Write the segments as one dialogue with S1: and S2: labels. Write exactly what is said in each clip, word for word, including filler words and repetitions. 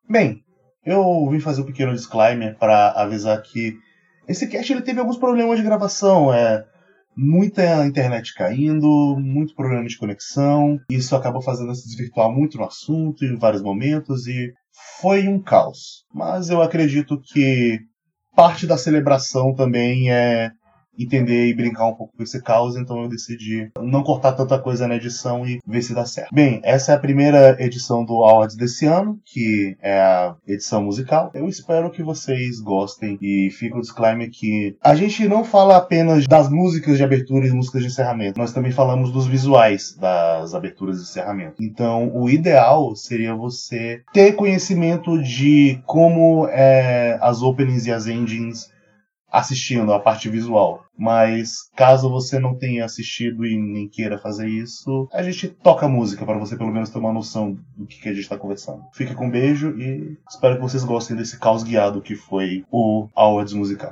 S1: Bem, eu vim fazer um pequeno disclaimer para avisar que esse cast ele teve alguns problemas de gravação, é muita internet caindo, muito problema de conexão, isso acabou fazendo se desvirtuar muito no assunto em vários momentos e foi um caos. Mas eu acredito que parte da celebração também é entender e brincar um pouco com esse caos, então eu decidi não cortar tanta coisa na edição e ver se dá certo. Bem, essa é a primeira edição do Awards desse ano, que é a edição musical. Eu espero que vocês gostem e fica o disclaimer que a gente não fala apenas das músicas de abertura e músicas de encerramento, nós também falamos dos visuais das aberturas e encerramento. Então, o ideal seria você ter conhecimento de como é, as openings e as endings assistindo a parte visual, mas caso você não tenha assistido e nem queira fazer isso, a gente toca música para você pelo menos ter uma noção do que, que a gente está conversando. Fica com um beijo e espero que vocês gostem desse caos guiado que foi o Awards musical.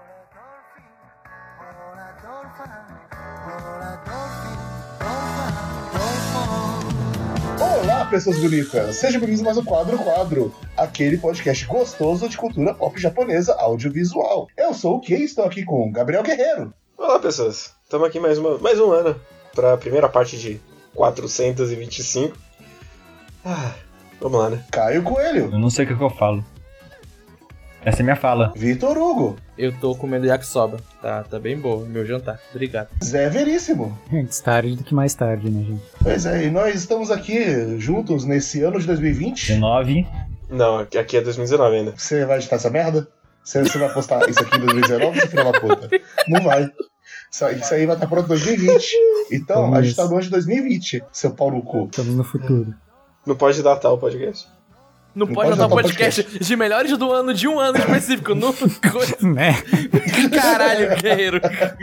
S1: Olá, pessoas bonitas! Sejam bem-vindos a mais um Quadro Quadro, aquele podcast gostoso de cultura pop japonesa audiovisual. Eu sou o Kei e estou aqui com Gabriel Guerreiro.
S2: Olá, pessoas! Estamos aqui mais, uma, mais um ano para a primeira parte de quatrocentos e vinte e cinco. Ah, vamos lá, né?
S1: Caio Coelho.
S3: Eu não sei o que, que eu falo. Essa é minha fala.
S1: Vitor Hugo.
S4: Eu tô comendo yakisoba. Tá, tá bem boa, meu jantar. Obrigado.
S1: Zé Veríssimo.
S5: Antes tarde do que mais tarde, né, gente?
S1: Pois é, e nós estamos aqui juntos nesse ano de dois mil e vinte.
S3: dezenove.
S2: Não, aqui é dois mil e dezenove ainda.
S1: Você vai editar essa merda? Você, você vai postar isso aqui em dois mil e dezenove, seu filho da puta? Não vai. Isso, isso aí vai estar pronto em dois mil e vinte. Então,
S5: Vamos
S1: a gente tá
S5: isso.
S1: no ano de dois mil e vinte, seu pau no cu.
S5: Estamos no futuro.
S2: Não pode datar o podcast?
S4: Não,
S1: Não
S4: pode
S1: pode
S4: dar um
S1: dar
S4: podcast,
S1: podcast
S4: de melhores do ano, de um ano específico. No...
S5: Né?
S4: Caralho, guerreiro.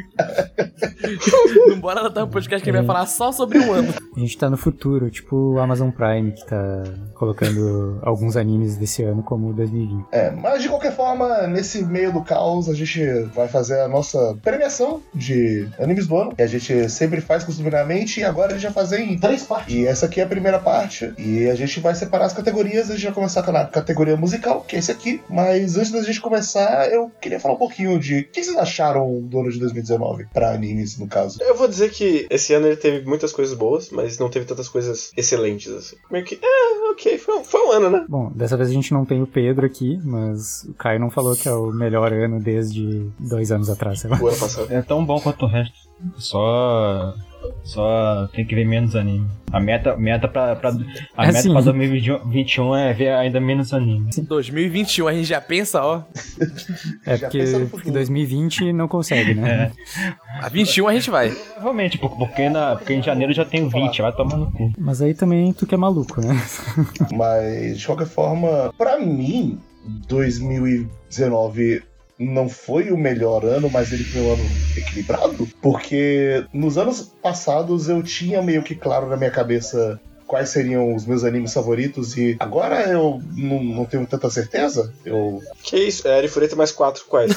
S4: Não bora datar um podcast que vai falar só sobre um ano.
S5: A gente tá no futuro, tipo o Amazon Prime, que tá colocando alguns animes desse ano como dois mil e vinte.
S1: É, mas de qualquer forma, nesse meio do caos, a gente vai fazer a nossa premiação de animes do ano, que a gente sempre faz costumeiramente, e agora a gente vai fazer em três partes. E essa aqui é a primeira parte, e a gente vai separar as categorias, a gente vai começar com a categoria musical, que é esse aqui, mas antes da gente começar, eu queria falar um pouquinho de o que vocês acharam do ano de dois mil e dezenove, pra animes, no caso.
S2: Eu vou dizer que esse ano ele teve muitas coisas boas, mas não teve tantas coisas excelentes, assim. Meio que, é, ok, foi um, foi um ano, né?
S5: Bom, dessa vez a gente não tem o Pedro aqui, mas o Caio não falou que é o melhor ano desde dois anos atrás, sei lá.
S2: O ano passado.
S3: É tão bom quanto o resto. Só. Só tem que ver menos anime. A meta, meta pra, pra, a
S5: É
S3: meta
S5: assim.
S3: pra dois mil e vinte e um é ver ainda menos anime.
S4: dois mil e vinte e um, a gente já pensa, ó.
S5: É
S1: Já
S5: porque,
S1: pensa no
S5: porque
S1: futuro.
S5: dois mil e vinte não consegue, né?
S4: A vinte e um a gente vai.
S3: Realmente, porque, na, porque em janeiro já tem vinte, vai tomar no cu.
S5: Mas aí também tu que é maluco, né?
S1: Mas, de qualquer forma, pra mim, dois mil e dezenove não foi o melhor ano, mas ele foi um ano equilibrado, porque nos anos passados eu tinha meio que claro na minha cabeça quais seriam os meus animes favoritos, e agora eu não, não tenho tanta certeza. Eu...
S2: Que isso? É Arifureta mais quatro quais?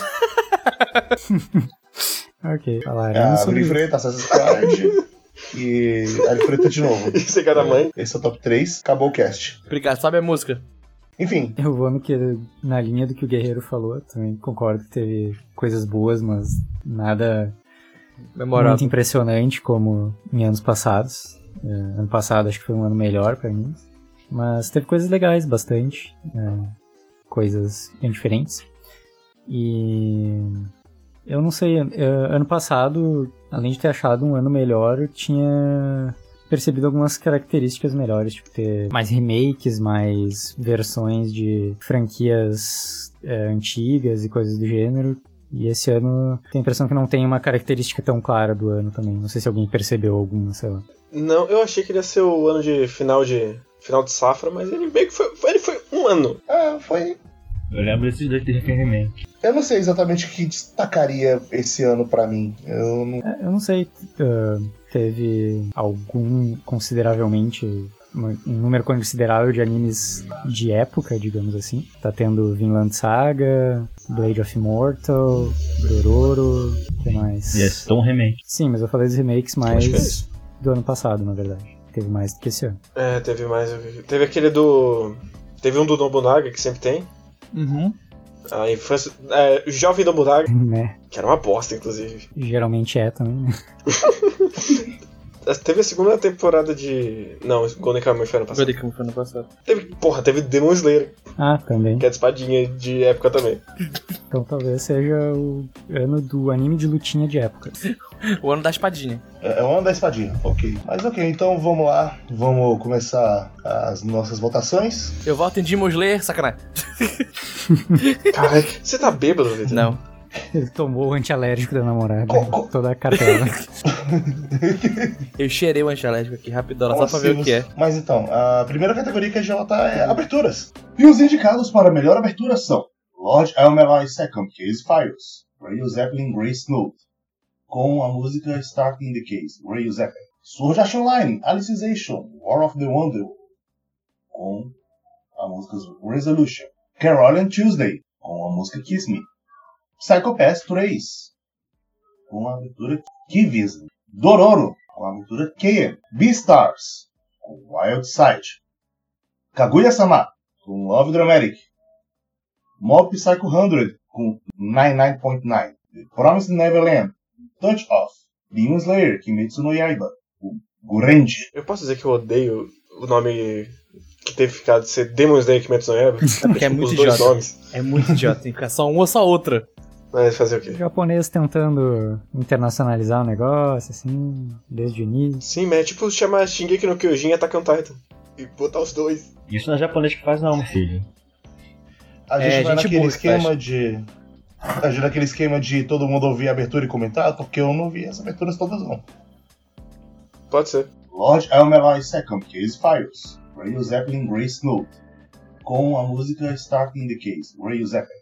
S5: Ok,
S1: É,
S5: falaremos
S1: a
S5: sobre isso.
S1: Arifureta, Assassin's Creed e Arifureta de novo.
S2: Isso é cada mãe.
S1: Esse é o top três, acabou o cast.
S4: Obrigado, sabe a música?
S1: Enfim,
S5: Eu vou no que, na linha do que o Guerreiro falou, também concordo que teve coisas boas, mas nada
S4: Memorável.
S5: muito impressionante como em anos passados. É, ano passado acho que foi um ano melhor pra mim, mas teve coisas legais, bastante, é, coisas bem diferentes. E eu não sei, é, ano passado, além de ter achado um ano melhor, eu tinha percebido algumas características melhores, tipo ter mais remakes, mais versões de franquias é, antigas e coisas do gênero. E esse ano tenho a impressão que não tem uma característica tão clara do ano também. Não sei se alguém percebeu alguma, sei lá.
S2: Não, eu achei que ele ia ser o ano de final de final de safra, mas ele meio que foi, ele foi um ano.
S1: ah, foi...
S3: Eu lembro desses dois que tem remake.
S1: Eu não sei exatamente o que destacaria esse ano pra mim. Eu não...
S5: É, eu não sei, uh, teve algum consideravelmente, um número considerável de animes de época, digamos assim. Tá tendo Vinland Saga, Blade of Immortal, Dororo, o que mais?
S3: E é só um remake.
S5: Sim, mas eu falei dos remakes
S2: Acho que é
S5: mais
S2: isso.
S5: do ano passado, na verdade. Teve mais do que esse ano.
S2: É, teve mais. Teve aquele do. Teve um do Nobunaga, que sempre tem.
S4: Uhum.
S2: A infância... É, Jovem Nobunaga,
S5: Né?
S2: que era uma bosta, inclusive.
S5: Geralmente é também, né?
S2: Teve a segunda temporada de... Não, Golden Kamuy foi ano passado.
S4: Golden Kamuy foi ano passado.
S2: Teve, porra, teve Demon Slayer,
S5: Ah, também.
S2: que é de espadinha de época também.
S5: Então talvez seja o ano do anime de lutinha de época.
S4: O ano da espadinha.
S1: É é o ano da espadinha, ok. Mas ok, então vamos lá. Vamos começar as nossas votações.
S4: Eu voto em Demon Slayer, sacanagem.
S2: Caralho, você tá bêbado, Vitor?
S4: Não.
S5: Ele tomou o antialérgico da namorada.
S1: Co- co-
S5: Toda a cartela.
S4: Eu cheirei o antialérgico aqui rapidão, só pra ver o que é.
S1: Mas então, a primeira categoria que a gente vai votar é aberturas. E os indicados para a melhor abertura são Lord Elmeloy Second Case Files, Radio Zeppelin Grace Note, com a música Starting the Case, Radio Zeppelin. Sword Art Online, Alicization, War of the Wonder, com a música Resolution. Carolian Tuesday, com a música Kiss Me. Psycho Pass três, com a abertura Kivisa. Dororo, com a abertura Keian. Beastars, com Wild Side. Kaguya-sama, com Love Dramatic. Mob Psycho cem, com noventa e nove ponto nove. The Promised Neverland, Touch Off. Demon Slayer, Kimetsu no Yaiba, com Gurenji.
S2: Eu posso dizer que eu odeio o nome que teve ficado de ser Demon Slayer Kimetsu no Yaiba?
S4: Porque é muito
S2: Os dois
S4: idiota.
S2: nomes.
S4: É muito idiota, tem que ficar só uma ou só outra.
S2: Mas fazer o quê?
S5: O japonês tentando internacionalizar o negócio, assim, desde o início.
S2: Sim, mas é tipo chamar Shingeki no Kyojin e Attack on Titan. E botar os dois.
S3: Isso não é japonês que faz, não, filho.
S1: A gente
S4: É,
S1: vai
S4: gente
S1: naquele
S4: boa que
S1: esquema
S4: faz.
S1: de... A gente naquele esquema de todo mundo ouvir a abertura e comentar, porque eu não vi as aberturas todas não.
S2: Pode ser.
S1: Lord Elmeloy Second Case Files, Radio Zeppelin Grace Note, com a música Starting the Case, Radio Zeppelin.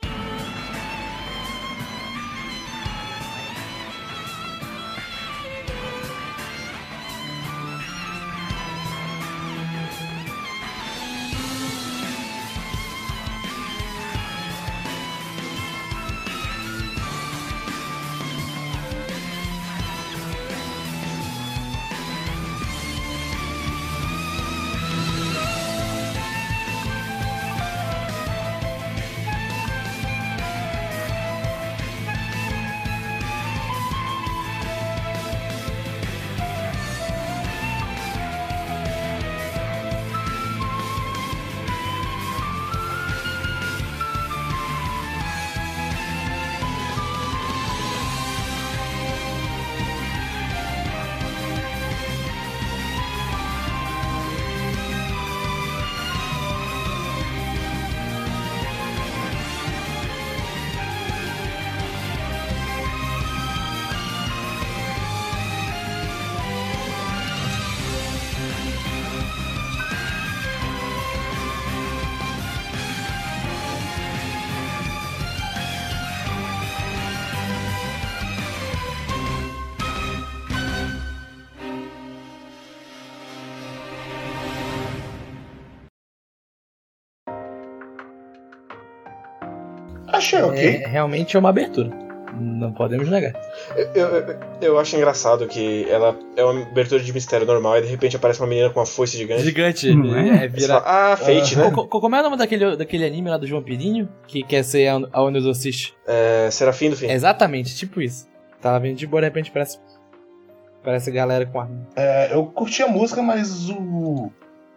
S1: Achei ok.
S4: É, realmente é uma abertura. Não podemos negar.
S2: Eu, eu, eu acho engraçado que ela é uma abertura de mistério normal e de repente aparece uma menina com uma foice gigante.
S4: Gigante.
S5: Não é?
S4: É,
S2: Você
S4: vira...
S2: fala, ah, Fate, né?
S4: Co- co- Como é o nome daquele, daquele anime lá do João Pirinho? Que quer ser a, a Ono Exorcist?
S2: É, Serafim do Fim.
S4: É exatamente, tipo isso. Tava vindo de boa, de repente parece. Parece galera com arma.
S1: É, eu curti a música, mas o...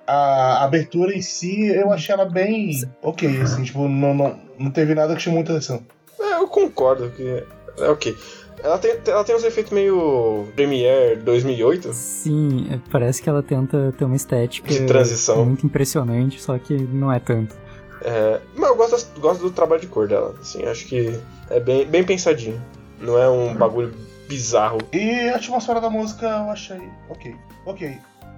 S1: a abertura em si, eu achei ela bem ok, assim, tipo, não, não, não teve nada que chamou muita atenção.
S2: É, eu concordo que é ok. Ela tem, ela tem uns efeitos meio Premiere dois mil e oito.
S5: Sim, é, parece que ela tenta ter uma estética
S2: De transição.
S5: muito impressionante, só que não é tanto.
S2: É, mas eu gosto, das- gosto do trabalho de cor dela. Assim, acho que é bem, bem pensadinho. Não é um bagulho bizarro.
S1: E a atmosfera da música eu achei ok, ok.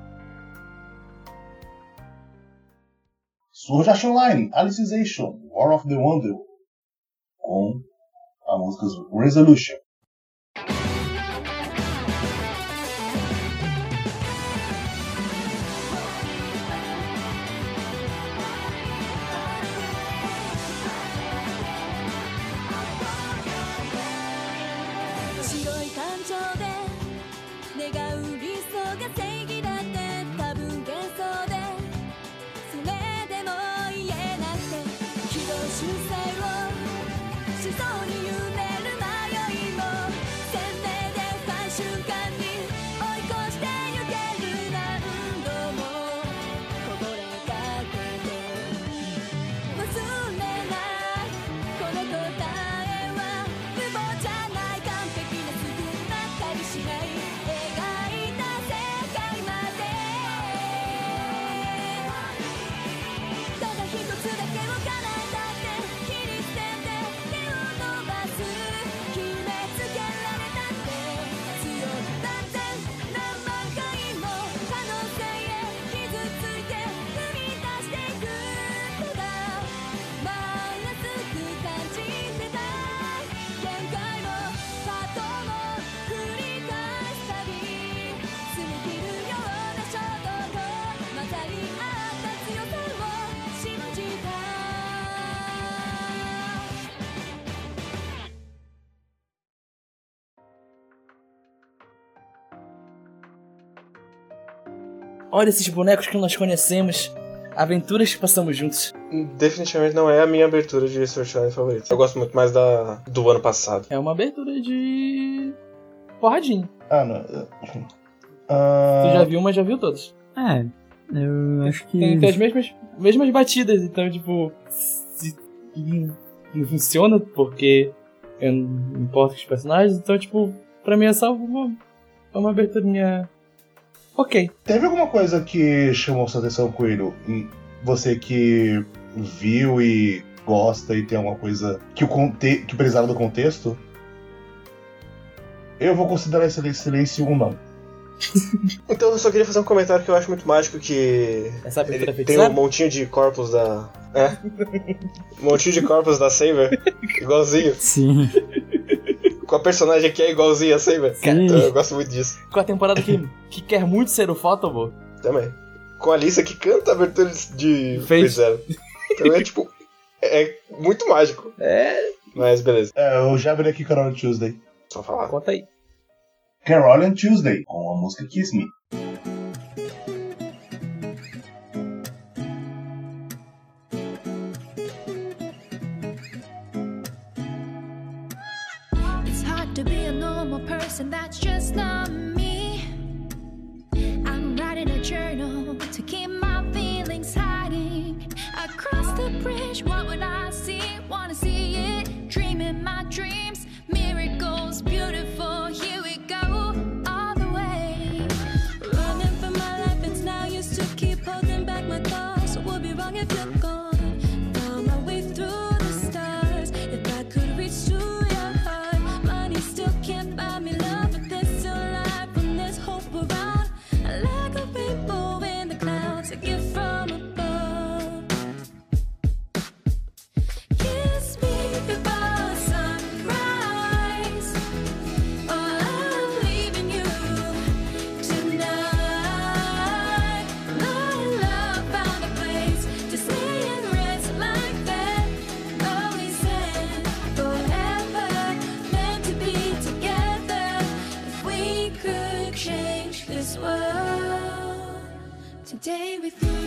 S1: Sword Art Online, Alicization, War of the Wonder, com a música Resolution.
S4: olha esses bonecos que nós conhecemos, aventuras que passamos juntos.
S2: Definitivamente não é a minha abertura de Sword Art Online favorita. Eu gosto muito mais da do ano passado.
S4: É uma abertura de... porradinha.
S1: Ah, não. Uh...
S4: Tu já viu, mas já viu todos.
S5: É, eu acho que...
S4: Tem, tem as mesmas, mesmas batidas, então, tipo... Se, e, e funciona, porque eu não importo com os personagens, então, tipo, pra mim é só uma, uma aberturinha... Ok.
S1: Teve alguma coisa que chamou sua atenção, Coelho? Você que viu e gosta e tem alguma coisa que, o conte... que precisava do contexto? Eu vou considerar esse silêncio um não.
S2: Então eu só queria fazer um comentário que eu acho muito mágico, que
S4: Essa abertura
S2: ele tem um montinho de corpos da... É? Um montinho de corpos da Saber, igualzinho.
S5: Sim.
S2: Com a personagem que é igualzinha a Saber.
S5: Sim.
S2: Então eu gosto muito disso.
S4: Com a temporada que, que quer muito ser o Photoball.
S2: Também. Com a Alissa que canta a abertura de Phase Zero. Então é tipo... É muito mágico.
S4: É.
S2: Mas beleza.
S1: É, eu já abri aqui Carol Tuesday.
S2: Só falar.
S4: Conta aí.
S1: Carol and Tuesday, com a música Kiss Me.
S6: It's hard to be a normal person, that's just not me. I'm writing a journal to keep my feelings hiding. I cross the bridge, what would I see? Wanna see it, dreaming my dreams. Miracles, beautiful, here we go. If you're gone, found my way through the stars. If I could reach to your heart, money still can't buy me love, but there's still life and there's hope around. Like a rainbow in the clouds, a gift from above. Kiss me before sunrise, or I'm leaving you tonight. My love found a place to stay and rest like that. Always and forever, meant to be together. If we could change this world today with you.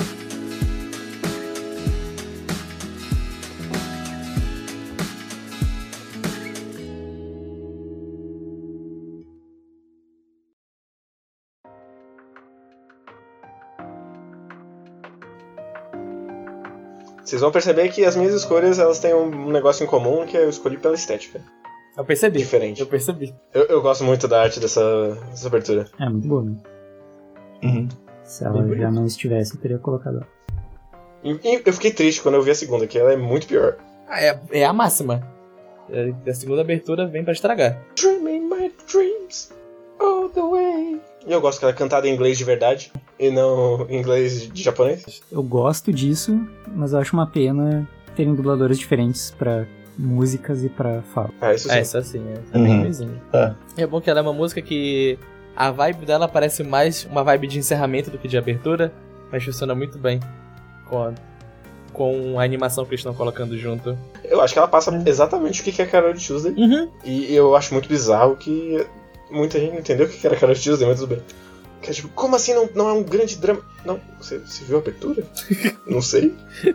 S2: Vocês vão perceber que as minhas escolhas, elas têm um negócio em comum, que eu escolhi pela estética.
S4: Eu percebi.
S2: Diferente.
S4: Eu percebi.
S2: Eu, eu gosto muito da arte dessa, dessa abertura.
S5: É muito boa, né?
S1: Uhum.
S5: Se ela já não estivesse, eu teria colocado ela.
S2: E, e eu fiquei triste quando eu vi a segunda, que ela é muito pior.
S4: Ah, é, é a máxima. É, a segunda abertura vem pra estragar.
S2: Dreaming my dreams all the way. E eu gosto que ela é cantada em inglês de verdade, e não em inglês de japonês.
S5: Eu gosto disso, mas eu acho uma pena terem dubladores diferentes pra músicas e pra fala.
S2: Ah, isso sim.
S4: É, isso assim, é, é
S1: Uhum.
S4: bem ruimzinho.
S1: É.
S4: É bom que ela é uma música que a vibe dela parece mais uma vibe de encerramento do que de abertura, mas funciona muito bem com a, com a animação que eles estão colocando junto.
S2: Eu acho que ela passa exatamente o que é Carol Tuesday,
S4: Uhum.
S2: e eu acho muito bizarro que muita gente não entendeu o que era Carol Tuesday, mas tudo bem. Que é tipo, como assim não, não é um grande drama? Não, você, você viu a abertura? Não sei.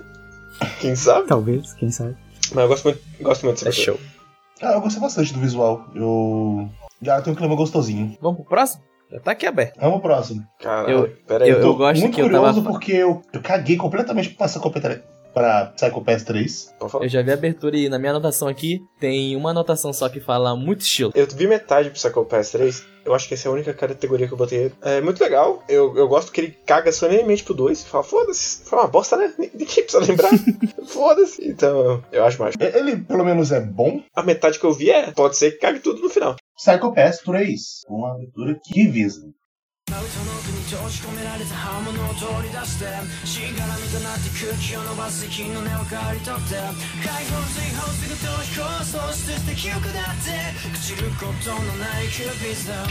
S2: Quem sabe?
S5: Talvez, quem sabe.
S2: Mas eu gosto muito, gosto muito dessa
S4: É show.
S1: Ah, eu gostei bastante do visual. Eu já tem um clima gostosinho.
S4: Vamos pro próximo? Já tá aqui aberto.
S1: Vamos pro próximo.
S2: Caralho,
S4: Eu-
S2: pera aí.
S4: eu-
S1: Eu tô
S4: gosto
S1: muito
S4: que eu
S1: curioso
S4: tava-
S1: porque eu, eu caguei completamente pra Psycho Pass- pra Psycho Pass três.
S2: Vamos falar.
S4: Eu já vi a abertura e na minha anotação aqui tem uma anotação só que fala muito estilo.
S2: Eu vi metade do Psycho Pass três. Eu acho que essa é a única categoria que eu botei. É muito legal. Eu, eu gosto que ele caga solenemente pro dois. Fala, foda-se. Foi uma bosta, né? Ninguém precisa lembrar. Foda-se. Então, eu acho mágico.
S1: Ele, pelo menos, é bom.
S2: A metade que eu vi é, pode ser que cague tudo no final.
S1: Psycho Pass três. Uma abertura que visa.
S7: アウトの奥に閉じ込められた刃物を取り出してしがらみとなって空気を伸ばす金の根を刈り取って解放追放すぐ閉じ込そうして捨て記憶だって朽ちることのないキューピズド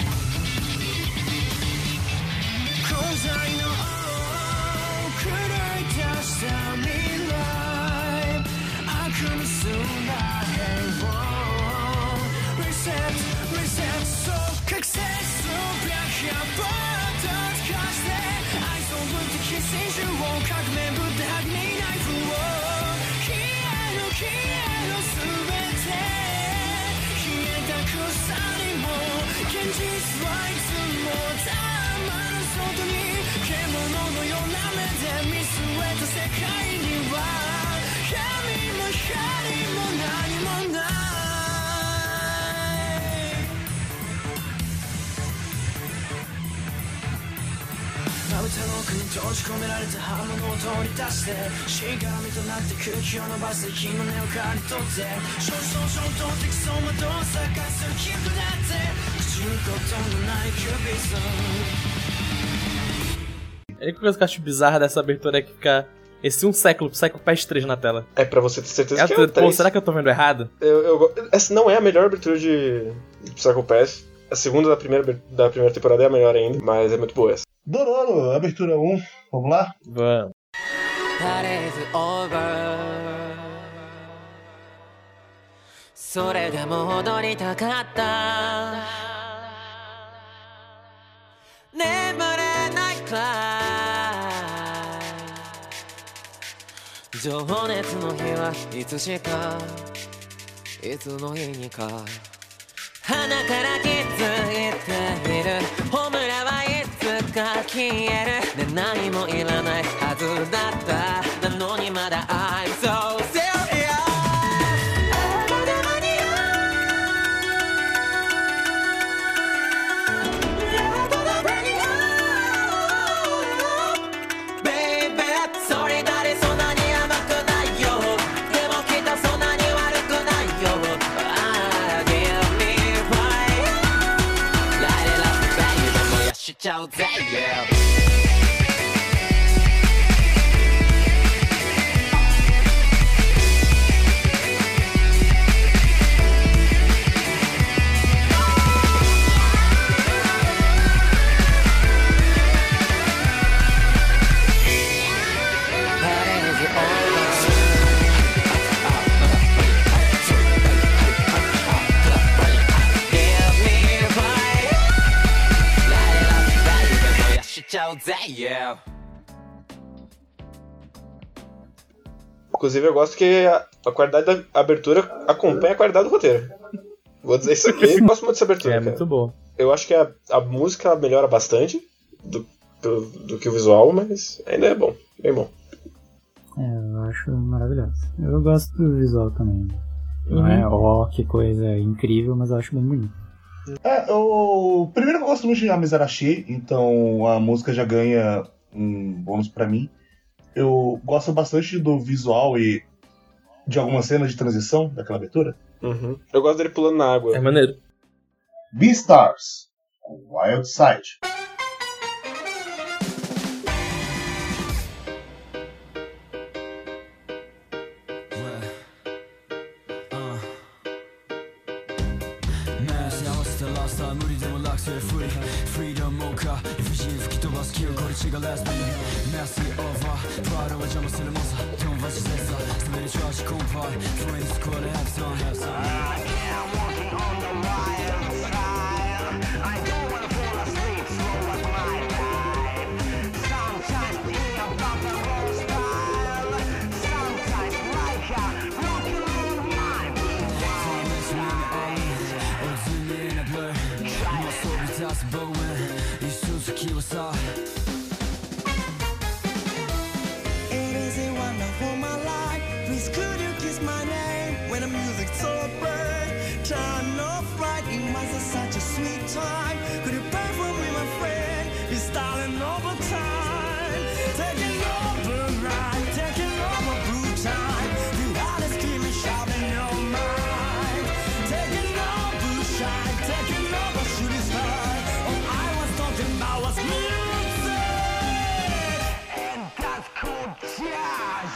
S7: 混在の暗い盗んだ平凡 Reset, reset そう覚醒すべきはバーッと透かして愛想分的戦術を革命ぶってはぐれナイフを消えろ消えろ全て消えた草にも現実はいつもたまる外に獣のような目で見据えた世界には神も光も何もないまぶたの奥に閉じ込められた刃物を取り出してしがらみとなって空気を伸ばす息の根を刈り取って少々衝動的走馬灯を探す気くだって口にことのないキュビズム
S4: A única coisa que eu acho bizarra dessa abertura é que fica esse um século, Psycho Pass três na tela.
S2: É pra você ter certeza
S4: É,
S2: que é o
S4: pô,
S2: três.
S4: será que eu tô vendo errado?
S2: Eu, eu, go- essa não é a melhor abertura de, de Psycho Pass. A segunda da primeira, da primeira temporada é a melhor ainda, mas é muito boa essa.
S1: Dororo, abertura um, vamos lá?
S4: Vamos.
S8: That is over それでも踊りたかった眠れないくらい情熱の日はいつしかいつの日にか鼻から気づいているホムラはいつか消えるで何もいらないはずだったなのにまだ I'm so serious まだ間に合うまだ間に合う Baby それなりそんなに甘くないよでもきっとそんなに悪くないよ Ah, give me fire Light it up baby 燃やしちゃうぜ Yeah Yeah.
S2: Inclusive, eu gosto que a, a qualidade da abertura acompanha a qualidade do roteiro. Vou dizer isso aqui. Eu gosto muito dessa abertura.
S4: É
S2: cara.
S4: muito bom.
S2: Eu acho que a, a música ela melhora bastante do, do, do que o visual, mas ainda é bom. Bem bom.
S5: É, eu acho maravilhoso. Eu gosto do visual também. Não
S4: Uhum.
S5: é, ó, que coisa incrível, mas eu acho bem bonito.
S1: É, eu, primeiro que eu gosto muito de Amizarashi, então a música já ganha um bônus pra mim. Eu gosto bastante do visual e de algumas cenas de transição daquela abertura.
S2: Uhum. Eu gosto dele pulando na água.
S4: É maneiro.
S1: Beastars, Wild Side.
S7: It is a wonderful my life. Please could you kiss my name when the music's so bright? Turn off right, it was a, such a sweet time. Could you pray for me, my friend? It's starting over time. Taking over right, taking over blue time. You gotta scream and shout in your mind. Taking over shine, taking over shooting star. All I was talking about was music. And that's called jazz.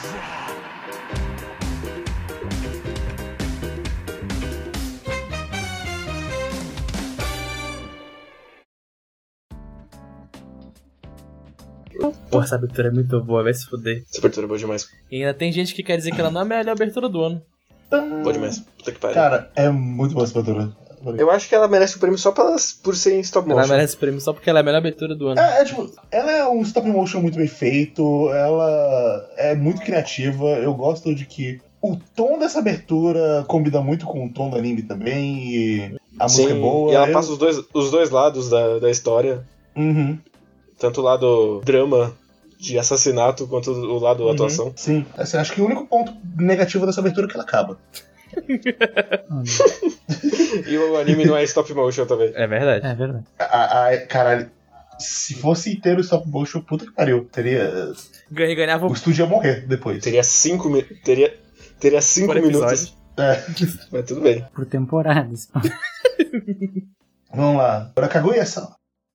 S4: Porra, essa abertura é muito boa, vai se fuder.
S2: Essa abertura é boa demais.
S4: E ainda tem gente que quer dizer que ela não é a melhor abertura do ano.
S2: Pô demais. Puta que pariu.
S1: Cara, é muito boa essa abertura.
S2: Eu acho que ela merece o prêmio só pra, por ser em stop motion.
S4: Ela merece o prêmio só porque ela é a melhor abertura do ano.
S1: É, é, tipo, ela é um stop motion muito bem feito, ela é muito criativa, eu gosto de que o tom dessa abertura combina muito com o tom do anime também, e a
S2: Sim,
S1: música é boa.
S2: e ela
S1: eu...
S2: passa os dois, os dois lados da, da história.
S1: Uhum.
S2: Tanto o lado drama de assassinato quanto o lado
S1: Uhum.
S2: atuação.
S1: Sim, assim, acho que o único ponto negativo dessa abertura é que ela acaba.
S2: E o anime não é stop motion também.
S4: É verdade.
S5: É verdade.
S1: A, a, caralho, se fosse inteiro stop motion, puta que pariu. Teria.
S4: Ganha, ganhava
S1: O estúdio ia morrer depois.
S2: Teria cinco, mi- teria, teria cinco
S4: Por
S2: minutos.
S4: episódio.
S1: É.
S2: Mas tudo bem.
S5: Por temporadas.
S1: Vamos lá. Agora Kaguya-san.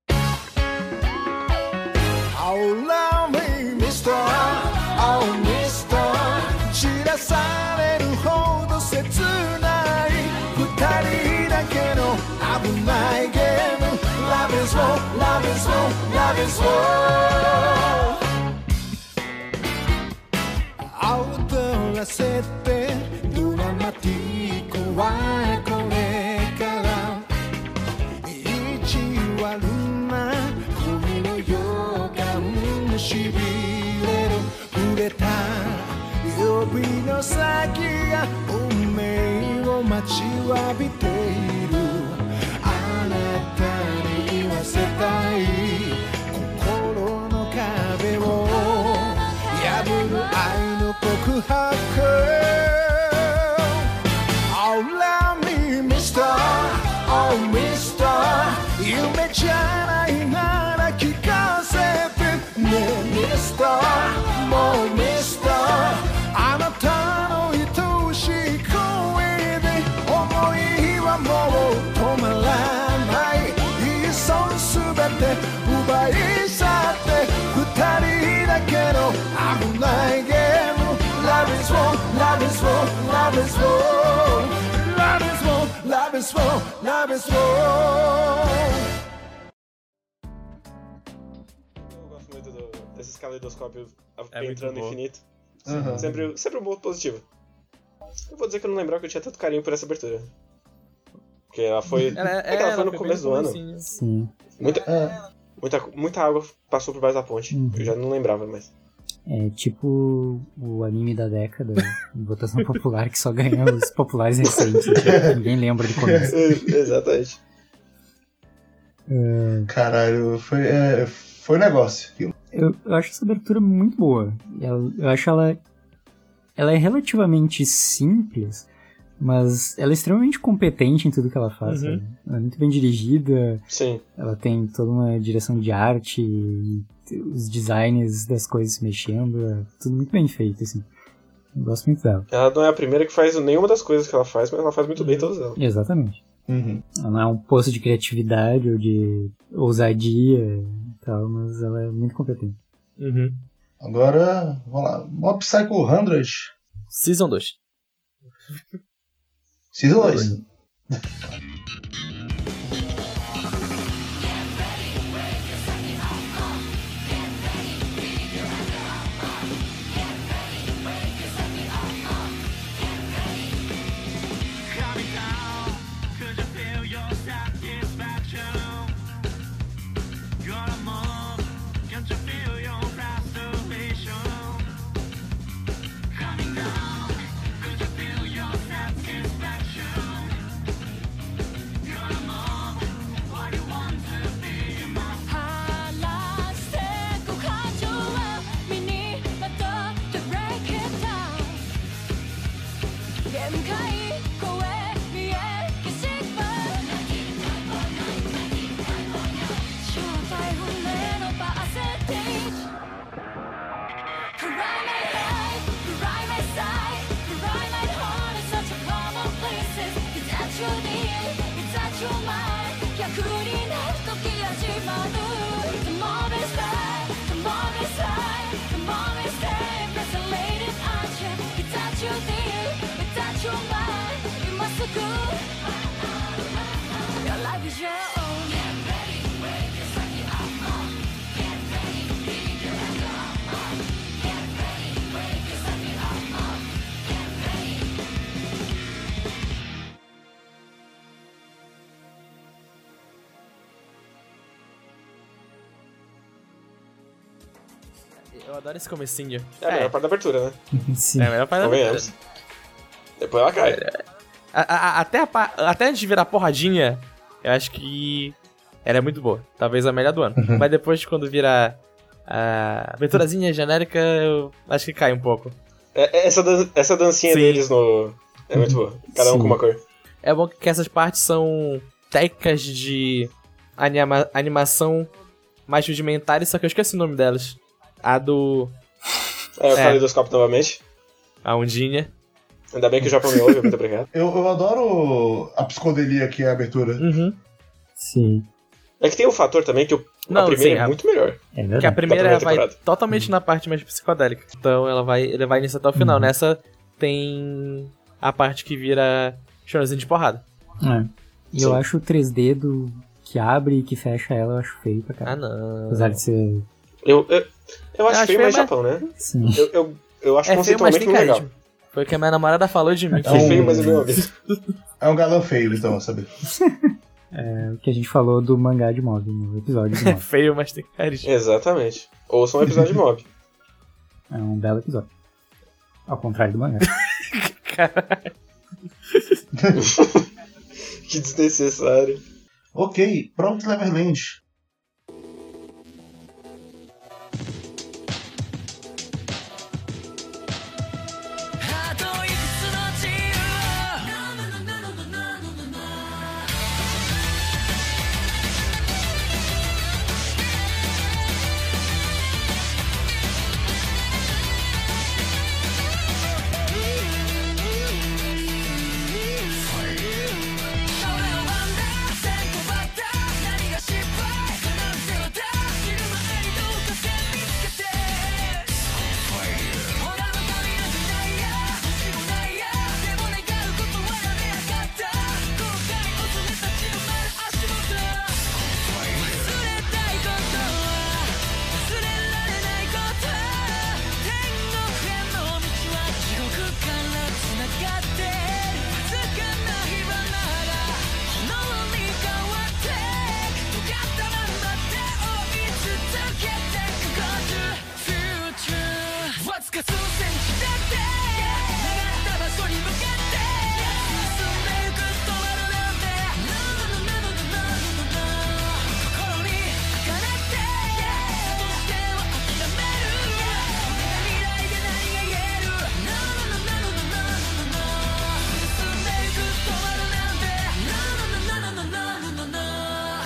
S2: Eu gosto muito do, desses caleidoscópios
S4: É muito
S2: entrando no
S4: bom.
S2: infinito.
S1: Uhum.
S2: Sempre, sempre um ponto positivo. Eu vou dizer que eu não lembrava que eu tinha tanto carinho por essa abertura. Porque ela foi.
S4: Ela,
S2: é que ela foi no
S4: bem
S2: começo do ano.
S4: comecinho.
S5: Sim.
S2: Muita,
S1: É.
S2: muita, muita água passou por baixo da ponte.
S5: Uhum.
S2: Eu já não lembrava mais.
S5: É tipo o anime da década, votação popular, que só ganha os populares recentes. Tipo, ninguém lembra do começo.
S2: Exatamente.
S1: Caralho, foi, é, foi um negócio aquilo.
S5: Eu, eu acho essa abertura muito boa. Ela- eu acho ela. Ela é relativamente simples, mas ela é extremamente competente em tudo que ela faz.
S4: Uhum.
S5: sabe? Ela é muito bem dirigida,
S2: Sim.
S5: ela tem toda uma direção de arte, e os designs das coisas se mexendo, é tudo muito bem feito, assim. Eu gosto muito dela.
S2: Ela não é a primeira que faz nenhuma das coisas que ela faz, mas ela faz muito bem todas elas.
S5: Exatamente.
S1: Uhum.
S5: Ela não é um poço de criatividade ou de ousadia e tal, mas ela é muito competente.
S4: Uhum.
S1: Agora, vamos lá. Mob Psycho cem.
S4: Season dois.
S1: Season dois.
S4: Eu adoro esse comecinho.
S2: É a melhor parte da abertura, né?
S5: Sim.
S4: É a melhor parte da abertura.
S2: Convenhamos. Depois ela cai.
S4: A- a- Até, a pa- até antes de virar porradinha, eu acho que ela é muito boa. Talvez a melhor do ano. Mas depois, quando virar a aberturazinha genérica, eu acho que cai um pouco.
S2: É- Essa, dan- essa dancinha
S4: Sim.
S2: deles no... é muito boa. Cada um
S5: Sim.
S2: com uma cor.
S4: É bom que essas partes são técnicas de anima- animação mais rudimentares, só que eu esqueci o nome delas. A do...
S2: É, eu
S4: É.
S2: falei dos copos novamente.
S4: A ondinha.
S2: Ainda bem que o Japão me ouve, muito obrigado.
S1: Eu, eu adoro a psicodelia que é a abertura.
S4: Uhum.
S5: Sim.
S2: É que tem o fator também que o,
S4: Não,
S2: a primeira
S4: sim,
S2: é
S4: a-
S2: muito melhor.
S5: É
S4: Porque a
S5: verdade.
S4: primeira
S2: Da primeira
S4: vai
S2: temporada.
S4: totalmente na parte mais psicodélica. Então ela vai, ele vai nisso até o final.
S5: Uhum.
S4: Nessa tem a parte que vira chorãozinho de porrada.
S5: É. E eu
S2: Sim.
S5: acho o três D do que abre e que fecha ela, eu acho feio pra
S4: Ah,
S5: caralho.
S4: não.
S5: Apesar de ser.
S2: Eu, eu, eu acho
S4: acho
S2: feio
S4: feio,
S2: mais
S4: mas-
S2: Japão, né?
S5: Sim.
S2: Eu, eu, eu acho
S4: É feio, mas
S2: conceitualmente
S4: tem
S2: muito legal.
S4: carisma. Foi o que a minha namorada falou de mim.
S1: É
S2: É
S1: um-
S2: feio, mas é meu amigo.
S1: É um galã feio, então, sabe?
S5: É o que a gente falou do mangá de Mob, no episódio de
S4: É
S5: Mob.
S4: feio, mas tem carisma.
S2: Exatamente. Ouça um episódio de Mob.
S5: É um belo episódio. Ao contrário do mangá.
S2: Que desnecessário.
S1: Ok, Promised Neverland.
S7: あといくつの自由何が失敗なんて私知る前にどうか線見つけてほらばかりなんてないや星もないやでも願うことはやめなかった後悔を詰めた血のまる足元忘れたいことは忘れられないこと天国への道は地獄から繋がってるわずかな火花が炎に変わって尖ったまんまで追い続けてく Go to future わずか数センチだって願った場所に向かって進んでゆく止まるなんて No no no no no no no no 心に儚ってどうしては諦める未来で何が言える No no no no no no no 進んでゆく止まるなんて No no no no no no no no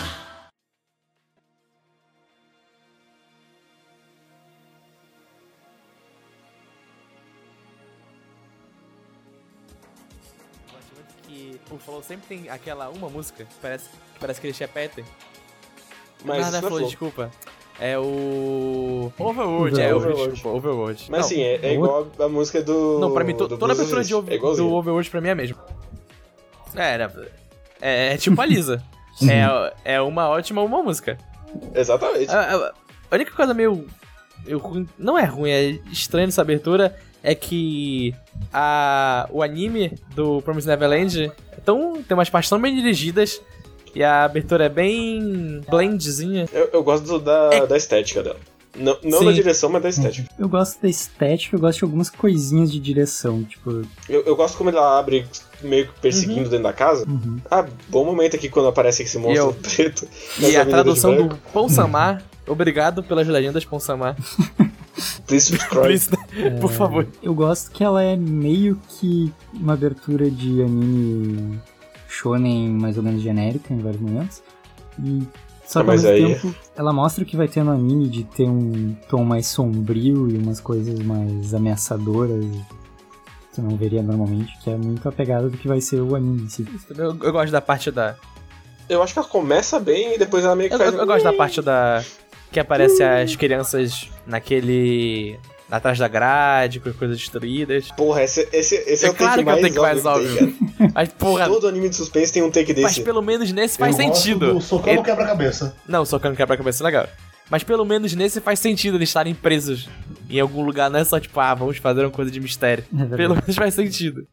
S4: Eu acho muito que o Flow sempre tem aquela uma música que parece que, parece que eles repetem.
S2: Mas
S4: Nada
S2: isso não é
S4: Flow,
S2: flow.
S4: desculpa. É o. Overworld, é,
S2: Overworld.
S4: Overworld. Desculpa, Overworld.
S2: Mas
S4: Não,
S2: assim, é, é igual a música do.
S4: Não, pra mim, to-
S2: do
S4: toda a
S2: Blues
S4: abertura de
S2: Exist.
S4: over-
S2: É igualzinho.
S4: do Overworld pra mim é a mesma. É, era. É, é tipo a Lisa. é, é uma ótima uma música.
S2: Exatamente.
S4: A, a- a única coisa meio, meio ruim, não é ruim, é estranho nessa abertura, é que a, o anime do Promised Neverland é tão, tem umas partes tão bem dirigidas e a abertura é bem blendzinha.
S2: Eu, eu gosto do- da,
S4: É-
S2: da estética dela. Não, não
S4: Sim.
S2: da direção, mas da estética.
S5: Eu gosto da estética, eu gosto de algumas coisinhas de direção, tipo.
S2: Eu, eu gosto como ela abre meio que perseguindo dentro da casa.
S5: Uhum.
S2: Ah, bom momento aqui quando aparece esse monstro
S4: eu-
S2: preto.
S4: E
S2: nessa
S4: a
S2: avenida de
S4: tradução
S2: branco.
S4: do Ponsama, obrigado pelas legendas, Ponsama.
S2: Please subscribe.
S4: Please, por favor.
S5: Eu gosto que ela é meio que uma abertura de anime shonen mais ou menos genérica em vários momentos. E só que ao
S2: Mas
S5: mesmo
S2: aí-
S5: tempo ela mostra o que vai ter no anime de ter um tom mais sombrio e umas coisas mais ameaçadoras que eu não veria normalmente, que é muito a pegada do que vai ser o anime em si.
S4: Eu, eu gosto da parte da.
S2: Eu acho que ela começa bem e depois ela meio que
S4: Eu,
S2: faz.
S4: eu- eu gosto da parte da. Que aparece as crianças naquele. Atrás da grade, com as coisas destruídas.
S2: Porra, esse, esse, esse é,
S4: É
S2: o
S4: claro
S2: take
S4: que é o
S2: mais
S4: take mais
S2: óbvio que tem, cara.
S4: Mas, porra,
S2: Todo anime de suspense tem um take
S4: mas
S2: desse.
S4: pelo menos nesse faz
S1: eu
S4: sentido.
S1: gosto do socando
S4: Ele-
S1: quebra-cabeça.
S4: Não, socando quebra-cabeça é legal. Mas pelo menos nesse faz sentido eles estarem presos em algum lugar. Não é só tipo, ah, vamos fazer uma coisa de mistério.
S5: É verdade.
S4: Pelo menos faz sentido.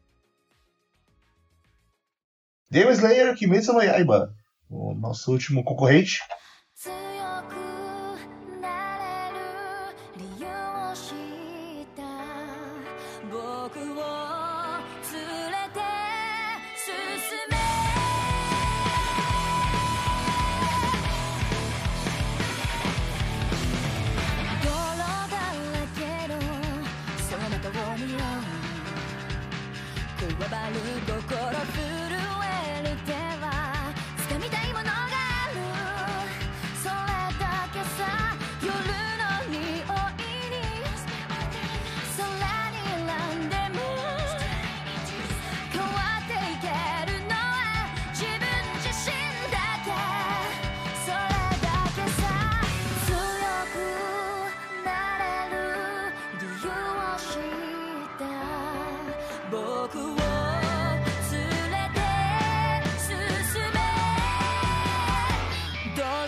S1: Demon Slayer Kimetsu no Yaiba. O nosso último concorrente.
S6: 強くなれる理由を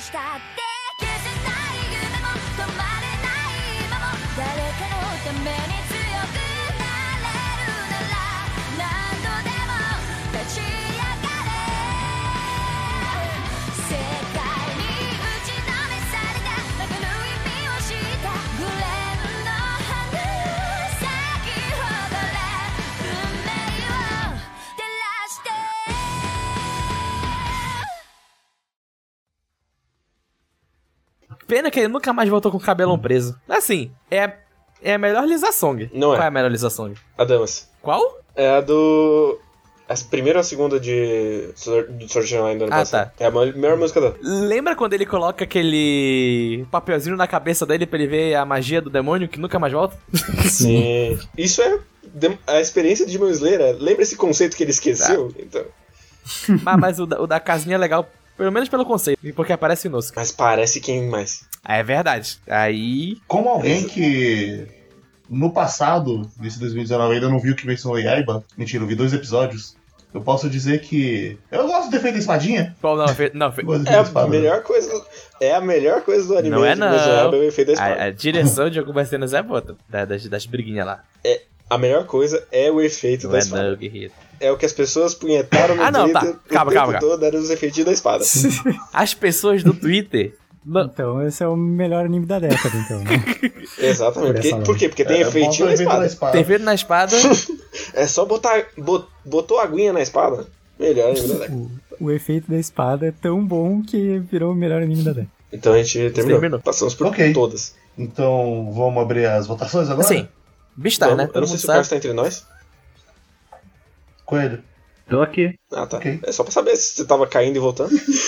S6: したって消せない夢も止まれない今も誰かのために強くなれるなら何度でも立ち上がれ世界に打ちのめされた中の意味を知ったグレンの花咲き誇れ運命を照らして
S4: Pena que ele nunca mais voltou com o cabelão preso. Assim, é, é a melhor Lisa Song.
S2: Não é.
S4: Qual é a melhor Lisa Song?
S2: A Damas.
S4: Qual?
S2: É a do... A primeira ou a segunda de Sword de Sword Art Online do ano
S4: Ah,
S2: passado.
S4: tá.
S2: É a melhor música dela.
S4: Lembra quando ele coloca aquele papelzinho na cabeça dele pra ele ver a magia do demônio que nunca mais volta?
S2: Sim. Isso é dem- a experiência de Demon Slayer. Lembra esse conceito que ele esqueceu?
S4: Tá.
S2: Então...
S4: Ah, mas o da, o da casinha é legal, pelo menos pelo conceito, e porque aparece o Inosuke.
S2: Mas parece quem mais?
S4: Ah, é verdade. Aí...
S1: Como alguém que no passado, nesse dois mil e dezenove, ainda não viu que venceu o Yaiba, mentira, eu vi dois episódios, eu posso dizer que eu gosto do efeito da espadinha.
S4: Bom, não, fe... não, fe...
S1: Eu gosto do
S2: É
S1: efeito da
S2: a
S1: espada.
S2: melhor coisa... É a melhor coisa do anime.
S4: Não é
S2: de
S4: não.
S2: Demon Slayer, é o efeito da espada.
S4: A, a direção de algumas cenas é boa, da- das, das briguinhas lá.
S2: A melhor coisa é o efeito
S4: Não
S2: da
S4: é
S2: espada.
S4: não, guerreiro.
S2: É o que as pessoas punhetaram no
S4: Ah, não, tá.
S2: Twitter
S4: Calma,
S2: o
S4: calma,
S2: tempo
S4: calma.
S2: todo, eram os efeitos da espada.
S4: As pessoas do Twitter... não-
S5: Então esse é o melhor anime da década, então, né?
S2: Exatamente.
S5: Por
S2: Porque,
S5: essa
S2: por quê? Porque tem
S1: É,
S2: efeitinho
S1: bota o
S2: na
S1: efeito da
S2: espada.
S4: Tem feito na espada...
S2: É só botar... bot- botou aguinha na espada. Melhor anime da década.
S5: O, o efeito da espada é tão bom que virou o melhor anime da década.
S2: Então a gente terminou.
S4: terminou.
S2: Passamos por
S1: Ok.
S2: todas.
S1: Então, vamos abrir as votações agora?
S4: Assim, Beastar,
S2: Vamos-
S4: né?
S2: eu não
S4: Todo
S2: sei
S4: mundo
S2: se o Carlos
S4: sabe.
S2: tá entre nós.
S1: Coelho.
S3: Tô aqui.
S2: Ah, tá.
S1: Ok.
S2: É só pra saber se você tava caindo e voltando.